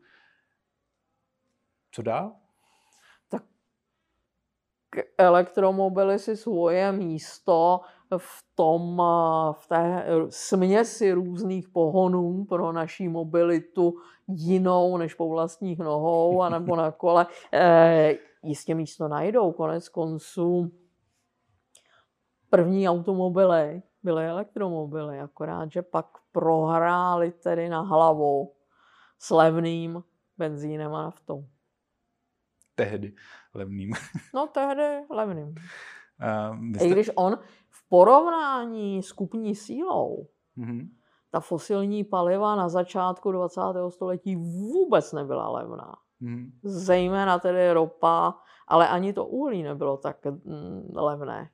Co dál? Tak elektromobily si svoje místo v tom, v té směsi různých pohonů pro naší mobilitu jinou než po vlastních nohou anebo na kole e, jistě místo najdou. Konec konců první automobily byly elektromobily, akorát, že pak prohráli tedy na hlavu s levným benzínem a naftou. Tehdy levným. No tehdy levným. Uh, jste... I když on v porovnání s kupní sílou, mm-hmm. ta fosilní paliva na začátku dvacátého století vůbec nebyla levná. Mm-hmm. Zejména tedy ropa, ale ani to uhlí nebylo tak mm, levné.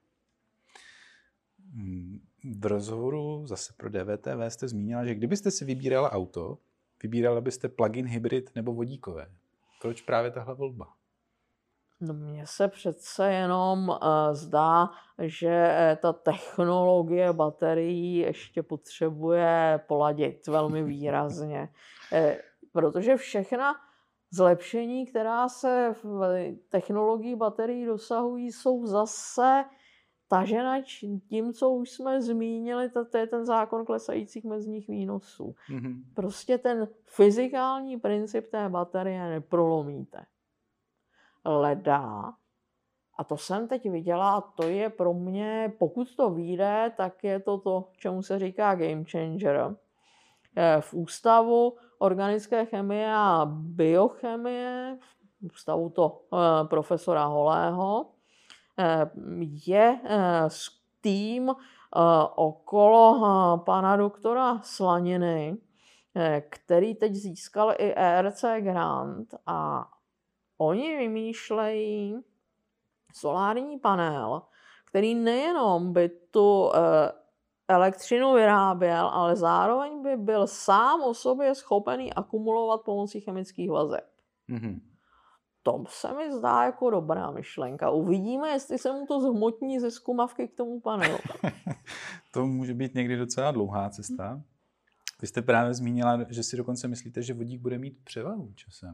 V rozhovoru zase pro D V T V jste zmínila, že kdybyste si vybírala auto, vybírala byste plug-in hybrid nebo vodíkové. Proč právě tahle volba? No, mně se přece jenom uh, zdá, že ta technologie baterií ještě potřebuje poladit velmi výrazně. eh, protože všechna zlepšení, která se v technologii baterií dosahují, jsou zase tažena tím, co už jsme zmínili, to, to je ten zákon klesajících mezních výnosů. Mm-hmm. Prostě ten fyzikální princip té baterie neprolomíte. Leda, a to jsem teď viděla, a to je pro mě, pokud to vyjde, tak je to to, čemu se říká game changer. V Ústavu organické chemie a biochemie, v ústavu to profesora Holého, je tým okolo pana doktora Slaniny, který teď získal i E R C grant, a oni vymýšlejí solární panel, který nejenom by tu elektřinu vyráběl, ale zároveň by byl sám o sobě schopený akumulovat pomocí chemických vazeb. Mm-hmm. To se mi zdá jako dobrá myšlenka. Uvidíme, jestli se mu to zhmotní ze zkumavky k tomu panelu. To může být někdy docela dlouhá cesta. Vy jste právě zmínila, že si dokonce myslíte, že vodík bude mít převahu časem.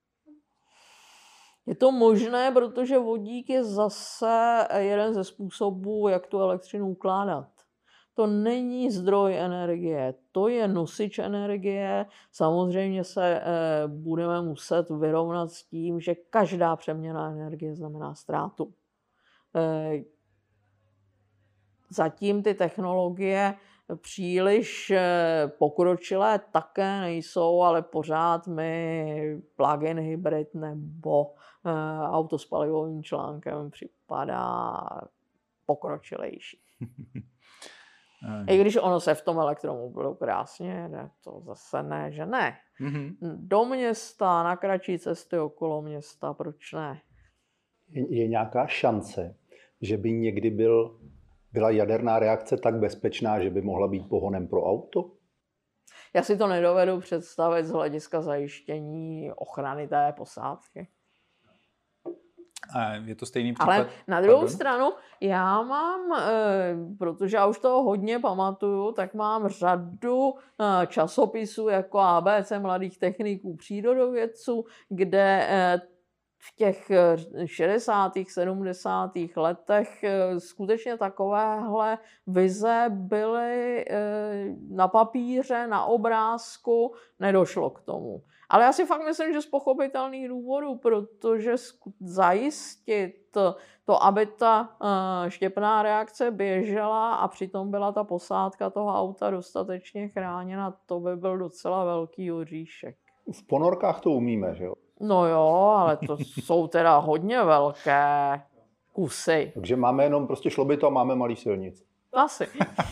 Je to možné, protože vodík je zase jeden ze způsobů, jak tu elektřinu ukládat. To není zdroj energie, to je nosič energie. Samozřejmě se e, budeme muset vyrovnat s tím, že každá přeměna energie znamená ztrátu. E, zatím ty technologie příliš e, pokročilé také nejsou, ale pořád mi plug-in hybrid nebo e, auto s palivovým článkem připadá pokročilejší. I když ono se v tom elektromobilu krásně jede, to zase ne, že ne. Mm-hmm. Do města, na kratší cesty okolo města, proč ne? Je, je nějaká šance, že by někdy byl, byla jaderná reakce tak bezpečná, že by mohla být pohonem pro auto? Já si to nedovedu představit z hlediska zajištění ochrany té posádky. A je to stejný případ? Ale na druhou Pardon? stranu, já mám, protože já už toho hodně pamatuju, tak mám řadu časopisů jako A B C mladých techniků, přírodovědců, kde v těch šedesátých, sedmdesátých letech skutečně takovéhle vize byly na papíře, na obrázku, nedošlo k tomu. Ale já si fakt myslím, že z pochopitelných důvodů, protože zajistit to, aby ta štěpná reakce běžela a přitom byla ta posádka toho auta dostatečně chráněna, to by byl docela velký oříšek. V ponorkách to umíme, že jo? No jo, ale to jsou teda hodně velké kusy. Takže máme jenom prostě šlobito a máme malý silnic. Asi.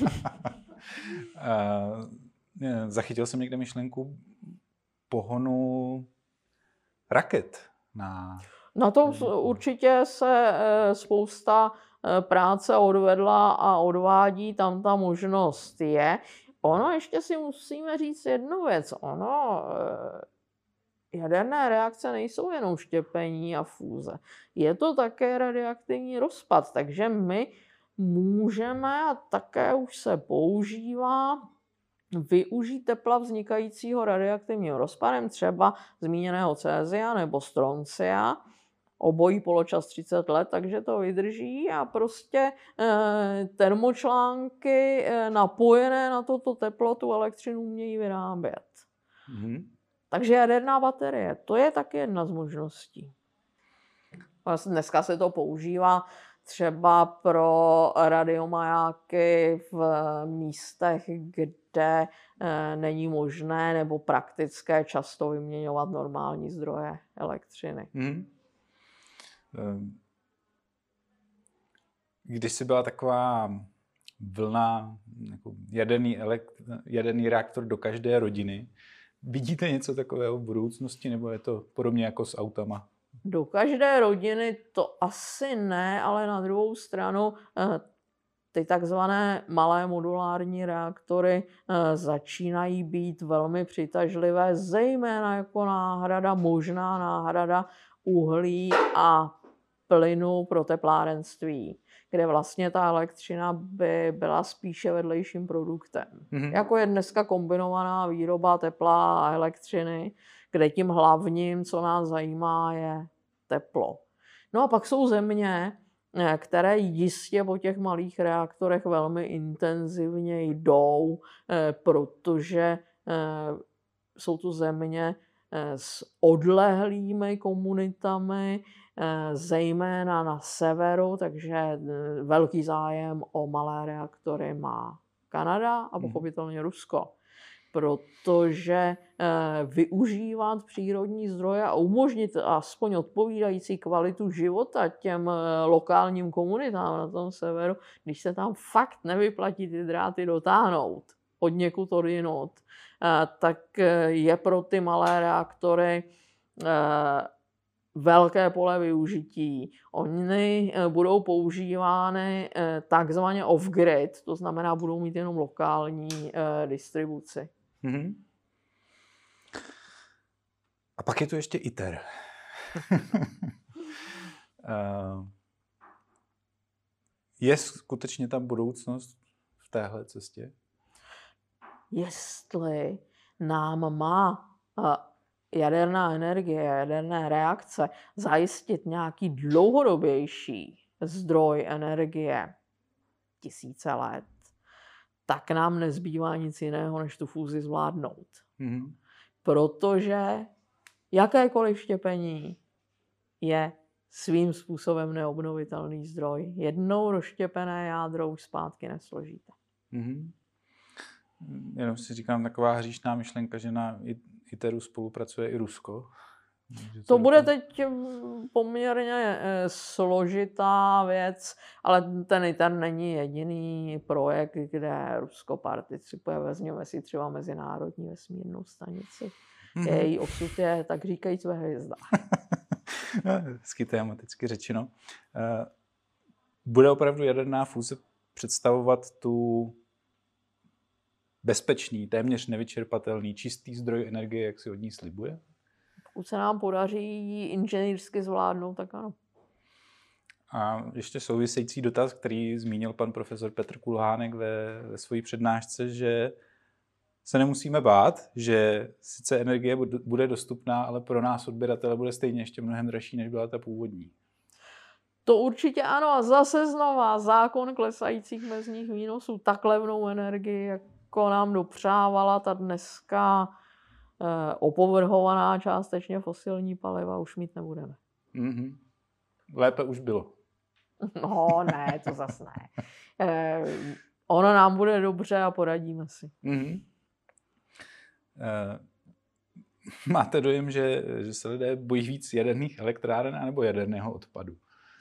Zachytil jsem někde myšlenku pohonu raket na... Na tom určitě se spousta práce odvedla a odvádí, tam ta možnost je. Ono ještě si musíme říct jednu věc. Ono, jaderné reakce nejsou jenom štěpení a fúze. Je to také radioaktivní rozpad, takže my můžeme, a také už se používá, využít tepla vznikajícího radioaktivním rozpadem, třeba zmíněného cézia nebo stroncia, obojí poločas třicet let, takže to vydrží a prostě e, termočlánky e, napojené na toto teplo tu elektřinu umějí vyrábět. Mm-hmm. Takže jaderná baterie, to je taky jedna z možností. Vlastně dneska se to používá třeba pro radiomajáky v místech, kde e, není možné nebo praktické často vyměňovat normální zdroje elektřiny. Mm. Když si byla taková vlna, jako jaderný, elekt- jaderný reaktor do každé rodiny, vidíte něco takového v budoucnosti, nebo je to podobně jako s autama? Do každé rodiny to asi ne, ale na druhou stranu ty takzvané malé modulární reaktory začínají být velmi přitažlivé, zejména jako náhrada, možná náhrada uhlí a plynu pro teplárenství, kde vlastně ta elektřina by byla spíše vedlejším produktem. Mm-hmm. Jako je dneska kombinovaná výroba tepla a elektřiny, kde tím hlavním, co nás zajímá, je teplo. No a pak jsou země, které jistě po těch malých reaktorech velmi intenzivně jdou, protože jsou tu země s odlehlými komunitami, zejména na severu, takže velký zájem o malé reaktory má Kanada a pochopitelně Rusko. Protože využívat přírodní zdroje a umožnit aspoň odpovídající kvalitu života těm lokálním komunitám na tom severu, když se tam fakt nevyplatí ty dráty dotáhnout od někud odjinud, tak je pro ty malé reaktory velké pole využití. Ony budou používány takzvaně off-grid, to znamená, budou mít jenom lokální distribuci. Mm-hmm. A pak je tu ještě ITER. Je skutečně ta budoucnost v téhle cestě? Jestli nám má jaderná energie, jaderné reakce zajistit nějaký dlouhodobější zdroj energie, tisíce let, tak nám nezbývá nic jiného, než tu fúzi zvládnout. Mm-hmm. Protože jakékoliv štěpení je svým způsobem neobnovitelný zdroj. Jednou rozštěpené jádro už zpátky nesložíte. Mm-hmm. Jenom si říkám, taková hříšná myšlenka, že na ITERu spolupracuje i Rusko. To, to bude teď poměrně složitá věc, ale ten ITER není jediný projekt, kde Rusko participuje. Vezměme si třeba Mezinárodní vesmírnou stanici. Mm-hmm. Její osud je, tak říkajíc, ve hvězdách. Hezky tematicky řečeno. Bude opravdu jaderná fúze představovat tu bezpečný, téměř nevyčerpatelný, čistý zdroj energie, jak si od ní slibuje? Pokud se nám podaří inženýrsky zvládnout, tak ano. A ještě související dotaz, který zmínil pan profesor Petr Kulhánek ve, ve své přednášce, že se nemusíme bát, že sice energie bude dostupná, ale pro nás odběratele bude stejně ještě mnohem dražší, než byla ta původní. To určitě ano a zase znova zákon klesajících mezních výnosů, tak levnou energii, jako nám dopřávala ta dneska eh, opovrhovaná částečně fosilní paliva, už mít nebudeme. Mm-hmm. Lépe už bylo. No ne, to zase ne. Eh, ono nám bude dobře a poradíme si. Mm-hmm. Eh, máte dojem, že, že se lidé bojí víc jaderných elektráren anebo jaderného odpadu?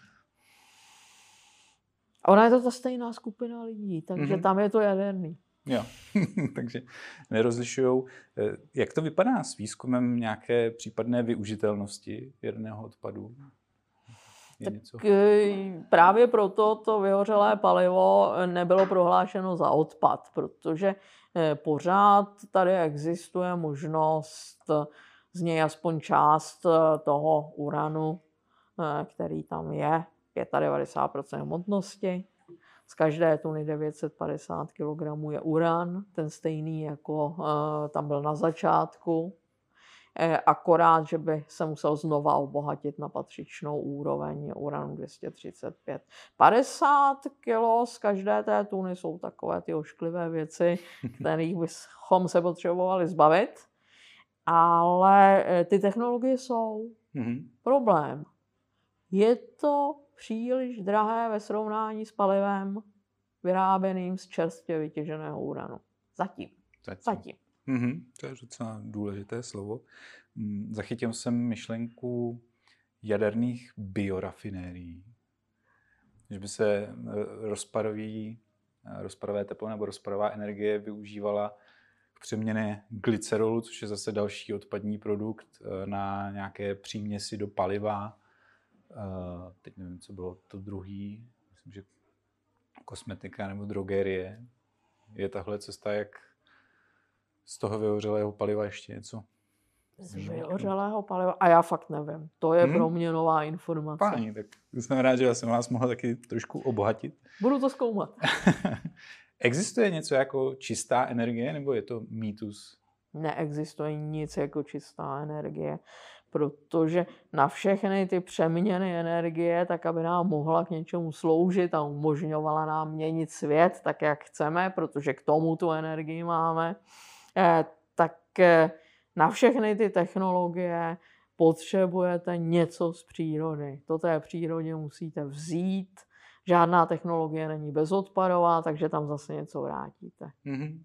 Ona je to ta stejná skupina lidí, takže mm-hmm. tam je to jaderný. Jo, takže nerozlišujou. Jak to vypadá s výzkumem nějaké případné využitelnosti jaderného odpadu? Je tak něco? Právě proto to vyhořelé palivo nebylo prohlášeno za odpad, protože pořád tady existuje možnost z něj aspoň část toho uranu, který tam je, devadesát pět procent hmotnosti. Z každé tuny devět set padesát kilogramů je uran, ten stejný, jako uh, tam byl na začátku. E, akorát, že by se musel znova obohatit na patřičnou úroveň uranu dvě stě třicet pět. padesát kilo z každé té tuny jsou takové ty ošklivé věci, kterých bychom se potřebovali zbavit. Ale ty technologie jsou Mm-hmm. problém. Je to příliš drahé ve srovnání s palivem vyráběným z čerstvě vytěženého uranu. Zatím. Zatím. Zatím. Mm-hmm. To je docela důležité slovo. Zachytil jsem myšlenku jaderných biorafinérií. Že by se rozparový, rozparové teplo nebo rozparová energie využívala k přeměně glycerolu, což je zase další odpadní produkt, na nějaké příměsi do paliva. Uh, teď nevím, co bylo to druhý, myslím, že kosmetika nebo drogerie. Je tahle cesta, jak z toho vyhořelého paliva ještě něco? Z vyhořelého paliva? A já fakt nevím. To je hmm? pro mě nová informace. Páni, tak jsem rád, že jsem vás mohl taky trošku obohatit. Budu to zkoumat. Existuje něco jako čistá energie, nebo je to mýtus? Neexistuje nic jako čistá energie. Protože na všechny ty přeměny energie, tak aby nám mohla k něčemu sloužit a umožňovala nám měnit svět tak, jak chceme, protože k tomu tu energii máme, tak na všechny ty technologie potřebujete něco z přírody. To té přírodě musíte vzít. Žádná technologie není bezodpadová, takže tam zase něco vrátíte. Mm-hmm.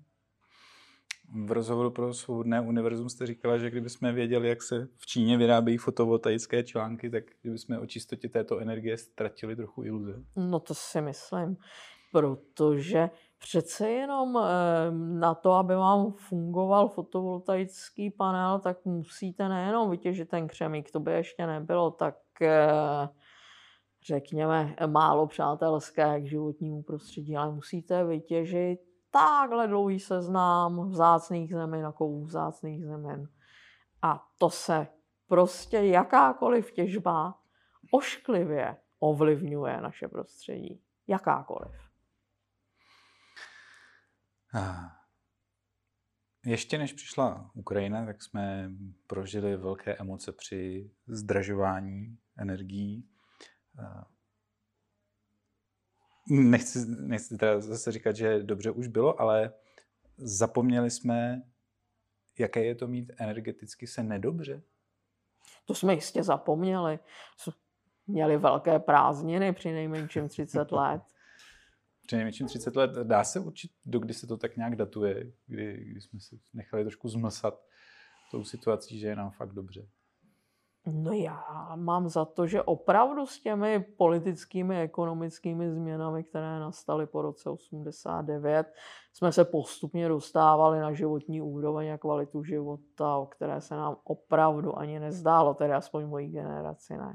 V rozhovoru pro Svobodné univerzum jste říkala, že kdybychom věděli, jak se v Číně vyrábějí fotovoltaické články, tak kdybychom o čistotě této energie ztratili trochu iluze. No to si myslím, protože přece jenom na to, aby vám fungoval fotovoltaický panel, tak musíte nejenom vytěžit ten křemík, to by ještě nebylo tak, řekněme, málo přátelské k životnímu prostředí, ale musíte vytěžit takhle dlouhý seznam vzácných zemin a kovů vzácných zemin. A to se prostě jakákoliv těžba ošklivě ovlivňuje naše prostředí. Jakákoliv. Ještě než přišla Ukrajina, tak jsme prožili velké emoce při zdražování energií. Nechci, nechci teda zase říkat, že dobře už bylo, ale zapomněli jsme, jaké je to mít energeticky se nedobře. To jsme jistě zapomněli. Měli velké prázdniny, při nejmenším třicet let. Při nejmenším třicet let. Dá se určit, dokdy se to tak nějak datuje, kdy, kdy jsme se nechali trošku zmlsat tou situací, že je nám fakt dobře? No já mám za to, že opravdu s těmi politickými, ekonomickými změnami, které nastaly po roce osmdesát devět, jsme se postupně dostávali na životní úroveň a kvalitu života, o které se nám opravdu ani nezdálo, tedy aspoň mojí generaci ne.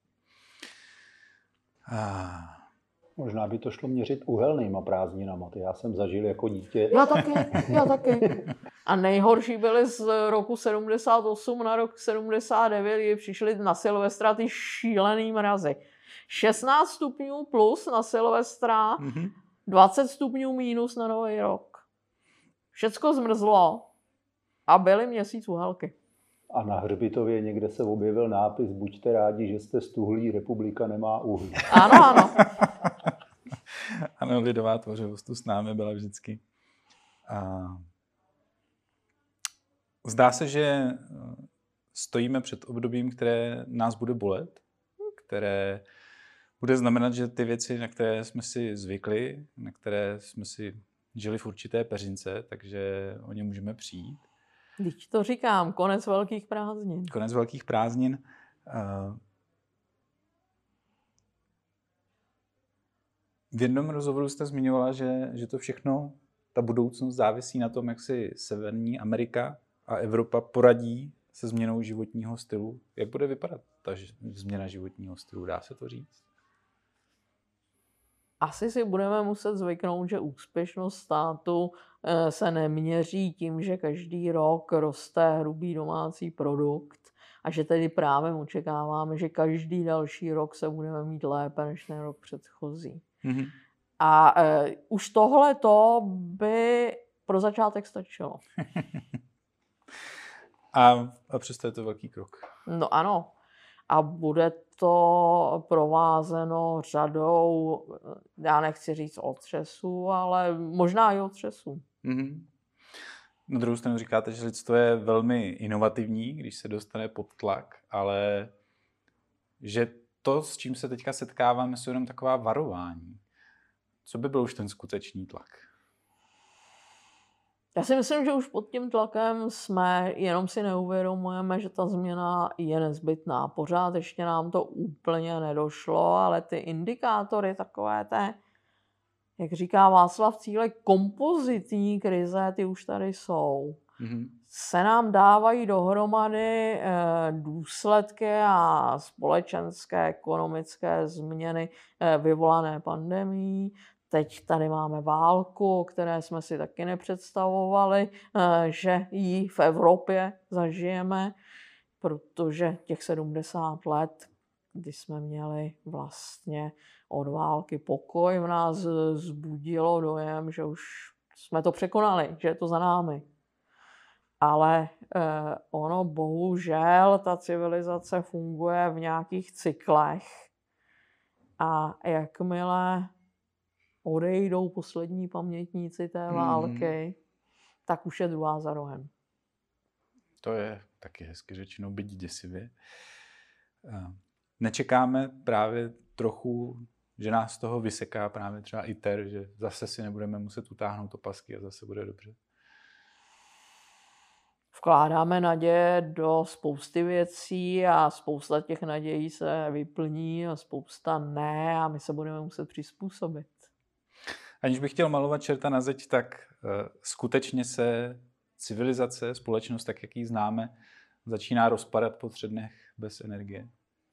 Ah. Možná by to šlo měřit uhelnýma prázdninama, ty já jsem zažil jako dítě. Já taky, já taky. A nejhorší byly z roku sedmdesát osm na rok sedmdesát devět, kdy přišly na Silvestra ty šílený mrazy. šestnáct stupňů plus na Silvestra, Mm-hmm. dvacet stupňů mínus na Nový rok. Všecko zmrzlo a byly měsíc uhelky. A na hřbitově někde se objevil nápis: buďte rádi, že jste stuhlí, republika nemá uhlí. Ano, ano. Ano, lidová tvořivost tu s námi byla vždycky. A zdá se, že stojíme před obdobím, které nás bude bolet, které bude znamenat, že ty věci, na které jsme si zvykli, na které jsme si žili v určité peřince, takže o ně můžeme přijít. Když to říkám, konec velkých prázdnin. Konec velkých prázdnin. V jednom rozhovoru jste zmiňovala, že, že to všechno, ta budoucnost závisí na tom, jak si Severní Amerika a Evropa poradí se změnou životního stylu. Jak bude vypadat ta změna životního stylu? Dá se to říct? Asi si budeme muset zvyknout, že úspěšnost státu se neměří tím, že každý rok roste hrubý domácí produkt a že tedy právě očekáváme, že každý další rok se budeme mít lépe než ten rok předchozí. Mm-hmm. A uh, už tohle to by pro začátek stačilo. a, a přesto je to velký krok. No ano. A bude to provázeno řadou, já nechci říct otřesů, ale možná i otřesů. Mm-hmm. Na druhou stranu říkáte, že lidstvo je velmi inovativní, když se dostane pod tlak, ale že to, s čím se teďka setkáváme, jsou jenom taková varování. Co by byl už ten skutečný tlak? Já si myslím, že už pod tím tlakem jsme, jenom si neuvědomujeme, že ta změna je nezbytná. Pořád ještě nám to úplně nedošlo, ale ty indikátory takové té, jak říká Václav Cílek, kompozitní krize, ty už tady jsou. Mm-hmm. Se nám dávají dohromady důsledky a společenské, ekonomické změny vyvolané pandemií. Teď tady máme válku, o které jsme si taky nepředstavovali, že ji v Evropě zažijeme, protože těch sedmdesát let, kdy jsme měli vlastně od války pokoj, v nás vzbudilo dojem, že už jsme to překonali, že je to za námi. Ale eh, ono bohužel, ta civilizace funguje v nějakých cyklech a jakmile odejdou poslední pamětníci té války, hmm. tak už je druhá za rohem. To je taky hezky řečeno, byť děsivě. Nečekáme právě trochu, že nás z toho vyseká právě třeba I T E R, že zase si nebudeme muset utáhnout opasky a zase bude dobře? Vkládáme naděje do spousty věcí a spousta těch nadějí se vyplní a spousta ne a my se budeme muset přizpůsobit. Aniž bych chtěl malovat čerta na zeď, tak uh, skutečně se civilizace, společnost, tak jak ji známe, začíná rozpadat po třech dnech bez energie.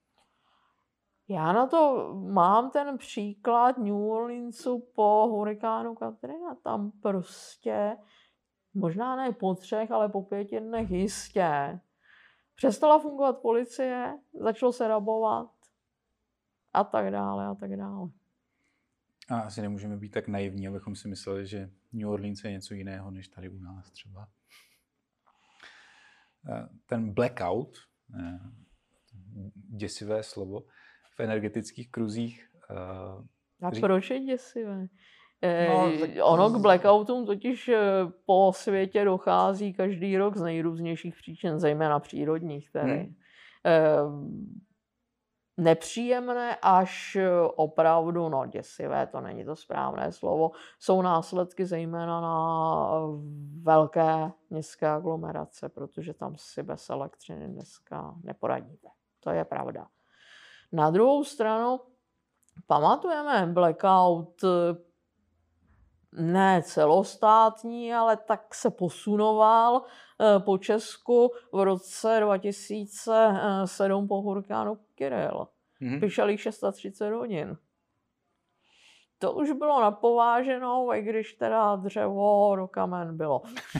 Já na to mám ten příklad New Orleansu po hurikánu Katrina. Tam prostě, možná ne po třech, ale po pěti dnech jistě, přestala fungovat policie, začalo se rabovat a tak dále a tak dále. A asi nemůžeme být tak naivní, abychom si mysleli, že New Orleans je něco jiného, než tady u nás třeba. Ten blackout, děsivé slovo, v energetických kruzích. A řík... proč je děsivé? No, tak... Ono k blackoutům totiž po světě dochází každý rok z nejrůznějších příčin, zejména přírodních tedy. Hmm. Nepříjemné až opravdu, no děsivé, to není to správné slovo, jsou následky zejména na velké městské aglomerace, protože tam si bez elektřiny dneska neporadíte. To je pravda. Na druhou stranu pamatujeme blackout ne celostátní, ale tak se posunoval po Česku v roce dva tisíce sedm po hurikánu Kyrill. Mm-hmm. Píšel třicet šest hodin. To už bylo napováženou, i když teda dřevo do kamen bylo.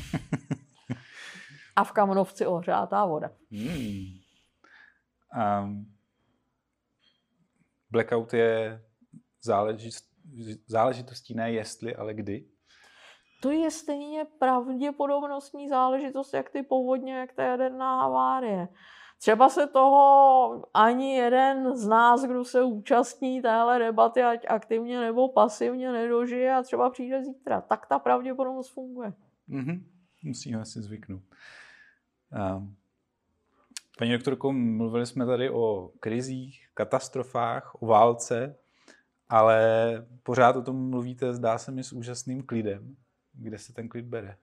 A v Kamenovci ohřátá voda. Mm. Um. blackout je záležitost, záležitostí ne jestli, ale kdy? To je stejně pravděpodobnostní záležitost, jak ty povodně, jak ta jaderná havárie. Třeba se toho ani jeden z nás, kdo se účastní téhle debaty, ať aktivně nebo pasivně, nedožije a třeba přijde zítra. Tak ta pravděpodobnost funguje. Mm-hmm. Musíme si zvyknout. Um. Paní doktorko, mluvili jsme tady o krizích, katastrofách, o válce, ale pořád o tom mluvíte, zdá se mi, s úžasným klidem. Kde se ten klid bere?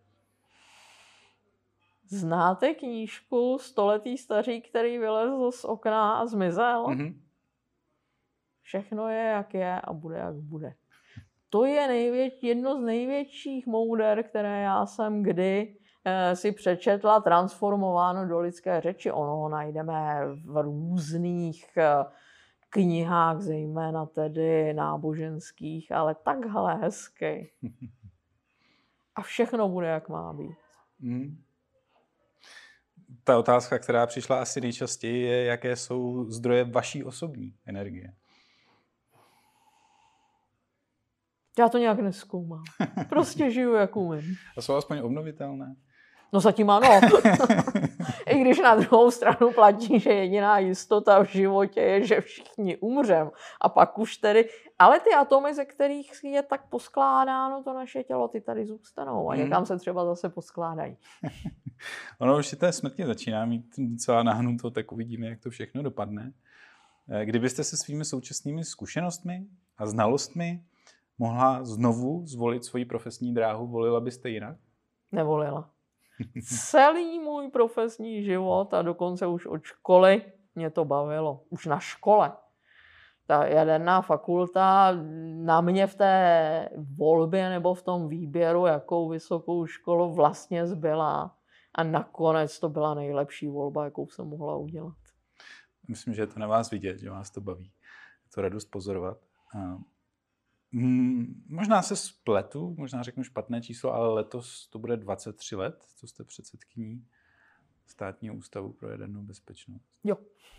Znáte knížku Stoletý stařík, který vylezl z okna a zmizel? Mm-hmm. Všechno je, jak je a bude, jak bude. To je největ, jedno z největších mouder, které já jsem kdy eh, si přečetla, transformováno do lidské řeči. Ono ho najdeme v různých eh, knihách, zejména tedy náboženských, ale takhle hezky. A všechno bude, jak má být. Mm. Ta otázka, která přišla asi nejčastěji, je, jaké jsou zdroje vaší osobní energie. Já to nějak nezkoumám. Prostě žiju, jak umím. A jsou aspoň obnovitelné? No zatím ano. I když na druhou stranu platí, že jediná jistota v životě je, že všichni umřem. A pak už tedy... Ale ty atomy, ze kterých je tak poskládáno to naše tělo, ty tady zůstanou. A někam se třeba zase poskládají. Ono už si té smrti začíná mít docela nahnuto, tak uvidíme, jak to všechno dopadne. Kdybyste se svými současnými zkušenostmi a znalostmi mohla znovu zvolit svoji profesní dráhu, volila byste jinak? Nevolila. Celý můj profesní život a dokonce už od školy mě to bavilo. Už na škole. Ta jaderná fakulta na mě v té volbě nebo v tom výběru, jakou vysokou školu vlastně zbyla. A nakonec to byla nejlepší volba, jakou jsem mohla udělat. Myslím, že je to na vás vidět, že vás to baví. Je to radost pozorovat. Hmm, možná se spletu, možná řeknu špatné číslo, ale letos to bude dvacet tři let, co jste předsedkyní Státního ústavu pro jadernou bezpečnost. Jo.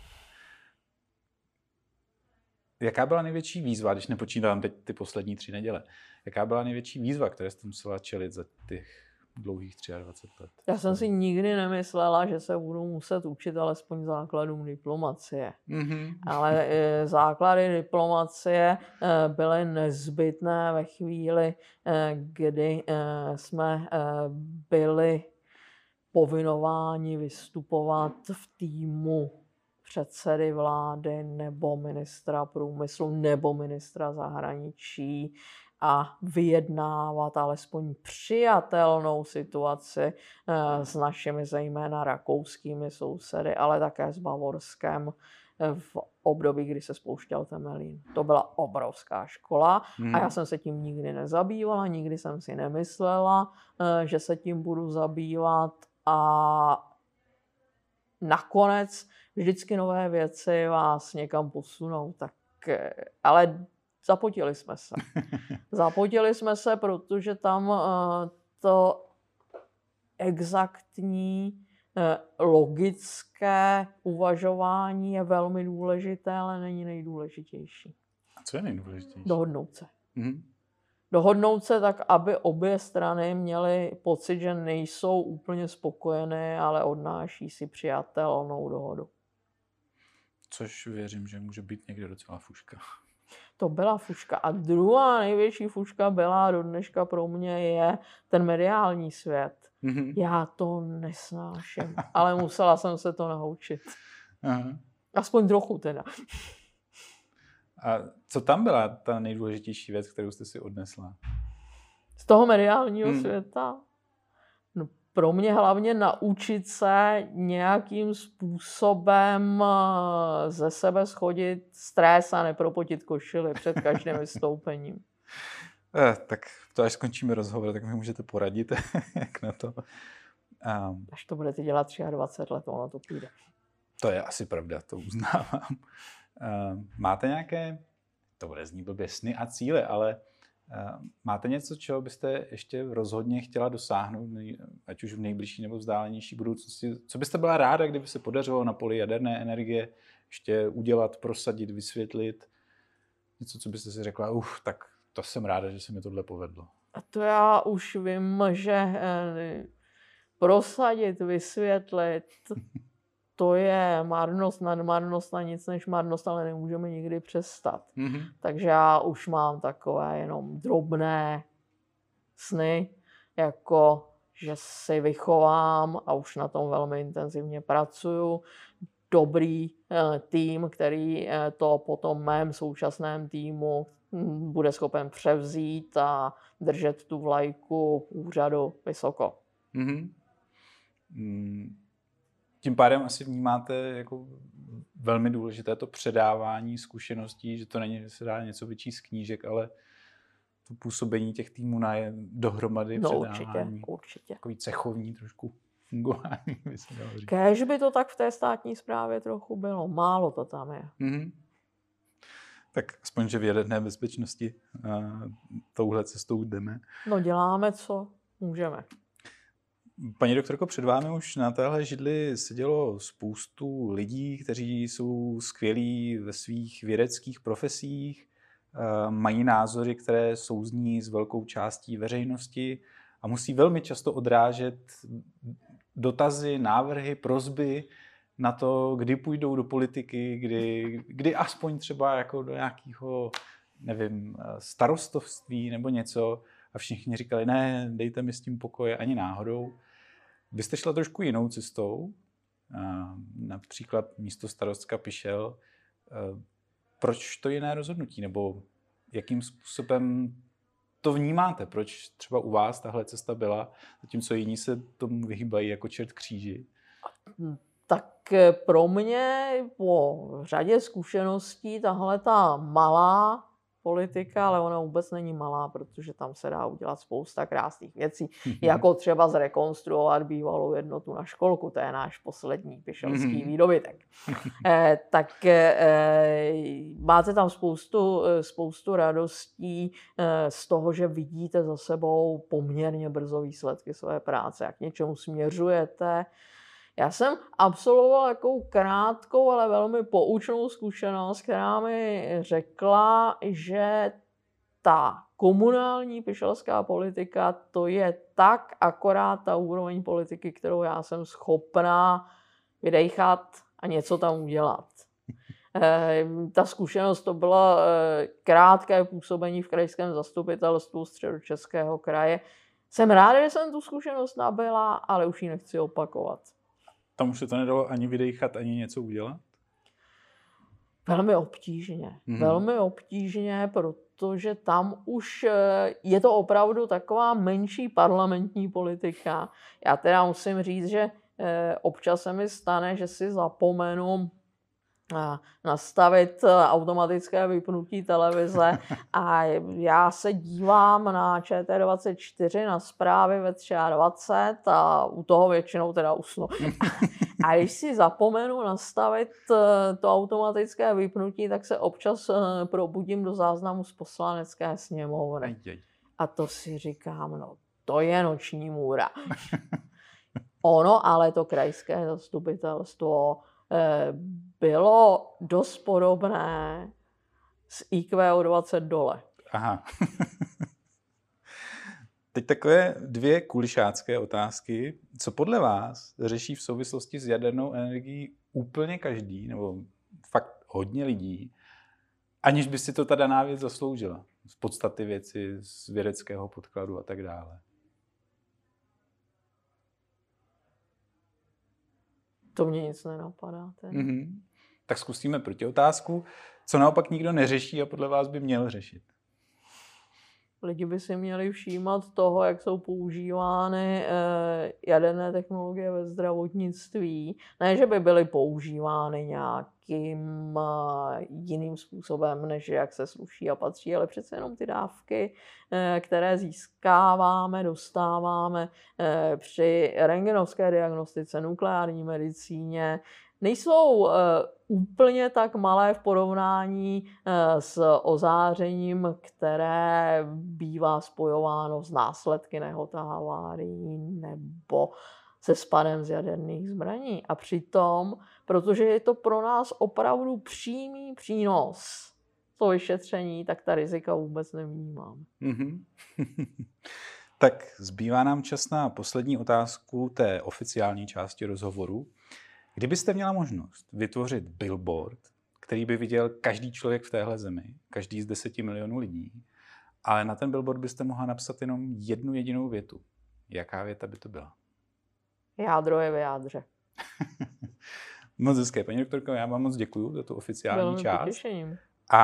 Jaká byla největší výzva, když nepočítám teď ty poslední tři neděle, jaká byla největší výzva, které jste musela čelit za těch dlouhých dvacet tři let? Já jsem si nikdy nemyslela, že se budu muset učit alespoň základům diplomacie. Mm-hmm. Ale e, základy diplomacie e, byly nezbytné ve chvíli, e, kdy e, jsme e, byli povinováni vystupovat v týmu předsedy vlády nebo ministra průmyslu nebo ministra zahraničí a vyjednávat alespoň přijatelnou situaci s našimi zejména rakouskými sousedy, ale také s Bavorskem v období, kdy se spouštěl Temelín. To byla obrovská škola hmm. a já jsem se tím nikdy nezabývala, nikdy jsem si nemyslela, že se tím budu zabývat a nakonec vždycky nové věci vás někam posunou, tak ale zapotili jsme se. Zapotili jsme se, protože tam uh, to exaktní, uh, logické uvažování je velmi důležité, ale není nejdůležitější. A co je nejdůležitější? Dohodnout se. Mm-hmm. Dohodnout se tak, aby obě strany měly pocit, že nejsou úplně spokojené, ale odnáší si přijatelnou dohodu. Což věřím, že může být někde docela fuška. To byla fuška. A druhá největší fuška byla do dneška pro mě je ten mediální svět. Mm-hmm. Já to nesnáším, ale musela jsem se to naučit. Aha. Aspoň trochu teda. A co tam byla ta nejdůležitější věc, kterou jste si odnesla? Z toho mediálního hmm. světa? No, pro mě hlavně naučit se nějakým způsobem ze sebe schodit stres a nepropotit košili před každým vystoupením. Eh, tak to až skončíme rozhovor, tak mi můžete poradit, jak na to. Um, až to budete dělat dvacet tři let, ono to půjde. To je asi pravda, to uznávám. Uh, máte nějaké, to bude znít blbě, sny a cíle, ale uh, máte něco, čeho byste ještě rozhodně chtěla dosáhnout, ať už v nejbližší nebo vzdálenější budoucnosti? Co byste byla ráda, kdyby se podařilo na poli jaderné energie ještě udělat, prosadit, vysvětlit? Něco, co byste si řekla, uf, tak to jsem ráda, že se mi tohle povedlo. A to já už vím, že prosadit, vysvětlit, to je marnost nad marnost na nic než marnost, ale nemůžeme nikdy přestat. Mm-hmm. Takže já už mám takové jenom drobné sny, jako že si vychovám a už na tom velmi intenzivně pracuju. Dobrý eh, tým, který eh, to po tom mém současném týmu hm, bude schopen převzít a držet tu vlajku úřadu vysoko. Mm-hmm. Mm. Tím pádem asi vnímáte jako velmi důležité to předávání zkušeností, že to není, že se dá něco vyčíst z knížek, ale to působení těch týmů na je dohromady no, předávání. Určitě, určitě. Takový cechovní trošku fungování, by se dalo říct. Kéž by to tak v té státní správě trochu bylo. Málo to tam je. Mm-hmm. Tak aspoň, že v jaderné bezpečnosti uh, touhle cestou jdeme. No děláme, co můžeme. Paní doktorko, před vámi už na téhle židli sedělo spoustu lidí, kteří jsou skvělí ve svých vědeckých profesích, mají názory, které souzní s velkou částí veřejnosti a musí velmi často odrážet dotazy, návrhy, prosby na to, kdy půjdou do politiky, kdy, kdy aspoň třeba jako do nějakého, nevím, starostovství nebo něco. A všichni říkali, ne, dejte mi s tím pokoje ani náhodou. Vy jste šla trošku jinou cestou, například místo starostka Pišel. Proč to jiné rozhodnutí? Nebo jakým způsobem to vnímáte? Proč třeba u vás tahle cesta byla, zatímco jiní se tomu vyhýbají jako čert kříži? Tak pro mě po řadě zkušeností tahle ta malá politika, ale ona vůbec není malá, protože tam se dá udělat spousta krásných věcí, jako třeba zrekonstruovat bývalou jednotu na školku, to je náš poslední pišelský výdobytek. eh, tak eh, máte tam spoustu, spoustu radostí eh, z toho, že vidíte za sebou poměrně brzo výsledky své práce, jak k něčemu směřujete. Já jsem absolvoval takovou krátkou, ale velmi poučnou zkušenost, která mi řekla, že ta komunální pišelská politika, to je tak akorát ta úroveň politiky, kterou já jsem schopná vydejchat a něco tam udělat. E, ta zkušenost to bylo e, krátké působení v krajském zastupitelstvu Středočeského kraje. Jsem ráda, že jsem tu zkušenost nabyla, ale už ji nechci opakovat. Tam už se to nedalo ani vydejchat, ani něco udělat? Velmi obtížně. Mm-hmm. Velmi obtížně, protože tam už je to opravdu taková menší parlamentní politika. Já teda musím říct, že občas se mi stane, že si zapomenu nastavit automatické vypnutí televize a já se dívám na Č T dvacet čtyři na zprávy ve dvacet tři a u toho většinou teda usnu. A když si zapomenu nastavit to automatické vypnutí, tak se občas probudím do záznamu z Poslanecké sněmovny. A to si říkám, no to je noční můra. Ono, ale to krajské zastupitelstvo bylo dost podobné s í kvé o dvacet dole. Aha. Teď takové dvě kulišácké otázky. Co podle vás řeší v souvislosti s jadernou energií úplně každý, nebo fakt hodně lidí, aniž by si to ta daná věc zasloužila? Z podstaty věci, z vědeckého podkladu a tak dále. To mě nic nenapadá. Mm-hmm. Tak zkusíme protiotázku. Co naopak nikdo neřeší a podle vás by měl řešit? Lidi by si měli všímat toho, jak jsou používány eh, jaderné technologie ve zdravotnictví. Ne, že by byly používány nějakým eh, jiným způsobem, než jak se sluší a patří, ale přece jenom ty dávky, eh, které získáváme, dostáváme eh, při rentgenovské diagnostice, nukleární medicíně, nejsou uh, úplně tak malé v porovnání uh, s ozářením, které bývá spojováno s následky nehod a havárií nebo se spadem z jaderných zbraní. A přitom, protože je to pro nás opravdu přímý přínos to vyšetření, tak ta rizika vůbec nevnímám. Mm-hmm. Tak zbývá nám čas na poslední otázku té oficiální části rozhovoru. Kdybyste měla možnost vytvořit billboard, který by viděl každý člověk v téhle zemi, každý z deseti milionů lidí, ale na ten billboard byste mohla napsat jenom jednu jedinou větu. Jaká věta by to byla? Jádro je v jádře. Moc hezké, paní doktorko, já vám moc děkuju za tu oficiální Velmi část. potěšením.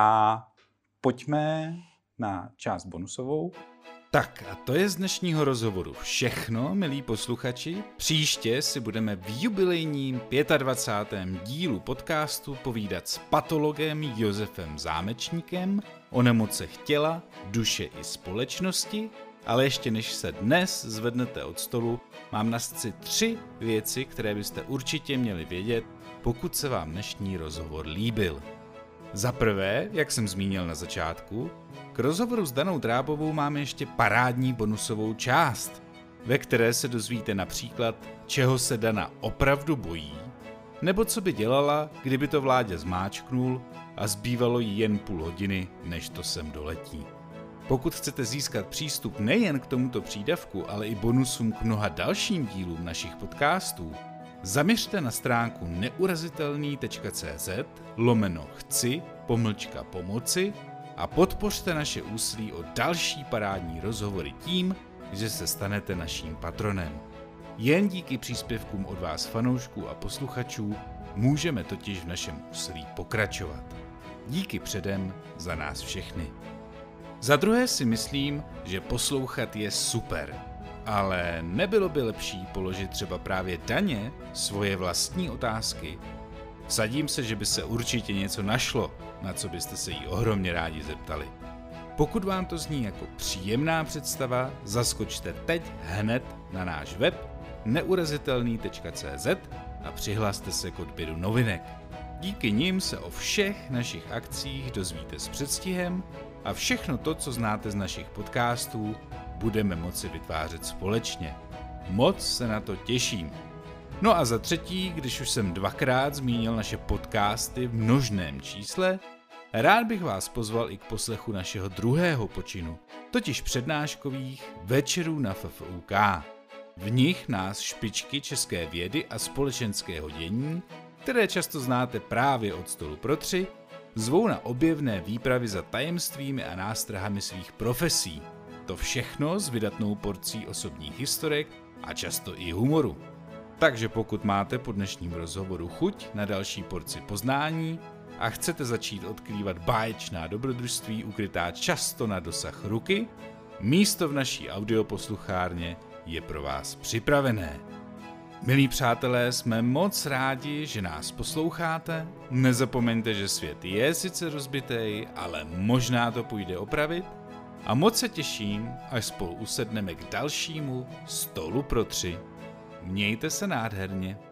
A pojďme na část bonusovou. Tak a to je z dnešního rozhovoru všechno, milí posluchači. Příště si budeme v jubilejním dvacátém pátém dílu podcastu povídat s patologem Josefem Zámečníkem o nemocech těla, duše i společnosti, ale ještě než se dnes zvednete od stolu, mám na srdci tři věci, které byste určitě měli vědět, pokud se vám dnešní rozhovor líbil. Za prvé, jak jsem zmínil na začátku, k rozhovoru s Danou Drábovou máme ještě parádní bonusovou část, ve které se dozvíte například, čeho se Dana opravdu bojí, nebo co by dělala, kdyby to vládě zmáčknul a zbývalo jí jen půl hodiny, než to sem doletí. Pokud chcete získat přístup nejen k tomuto přídavku, ale i bonusům k mnoha dalším dílům našich podcastů, zaměřte na stránku neurazitelný tečka cé zet lomeno chci pomlčka pomoci a podpořte naše úsilí o další parádní rozhovory tím, že se stanete naším patronem. Jen díky příspěvkům od vás fanoušků a posluchačů můžeme totiž v našem úsilí pokračovat. Díky předem za nás všechny. Za druhé si myslím, že poslouchat je super, ale nebylo by lepší položit třeba právě Daně svoje vlastní otázky? Vsadím se, že by se určitě něco našlo, na co byste se jí ohromně rádi zeptali. Pokud vám to zní jako příjemná představa, zaskočte teď hned na náš web neurazitelný tečka cé zet a přihlaste se k odběru novinek. Díky nim se o všech našich akcích dozvíte s předstihem a všechno to, co znáte z našich podcastů, budeme moci vytvářet společně. Moc se na to těším. No a za třetí, když už jsem dvakrát zmínil naše podcasty v množném čísle, rád bych vás pozval i k poslechu našeho druhého počinu, totiž přednáškových večerů na F F U K. V nich nás špičky české vědy a společenského dění, které často znáte právě od Stolu pro tři, zvou na objevné výpravy za tajemstvími a nástrahami svých profesí. To všechno s vydatnou porcí osobních historek a často i humoru. Takže pokud máte po dnešním rozhovoru chuť na další porci poznání a chcete začít odkrývat báječná dobrodružství ukrytá často na dosah ruky, místo v naší audioposluchárně je pro vás připravené. Milí přátelé, jsme moc rádi, že nás posloucháte. Nezapomeňte, že svět je sice rozbitej, ale možná to půjde opravit. A moc se těším, až spolu usedneme k dalšímu Stolu pro tři. Mějte se nádherně.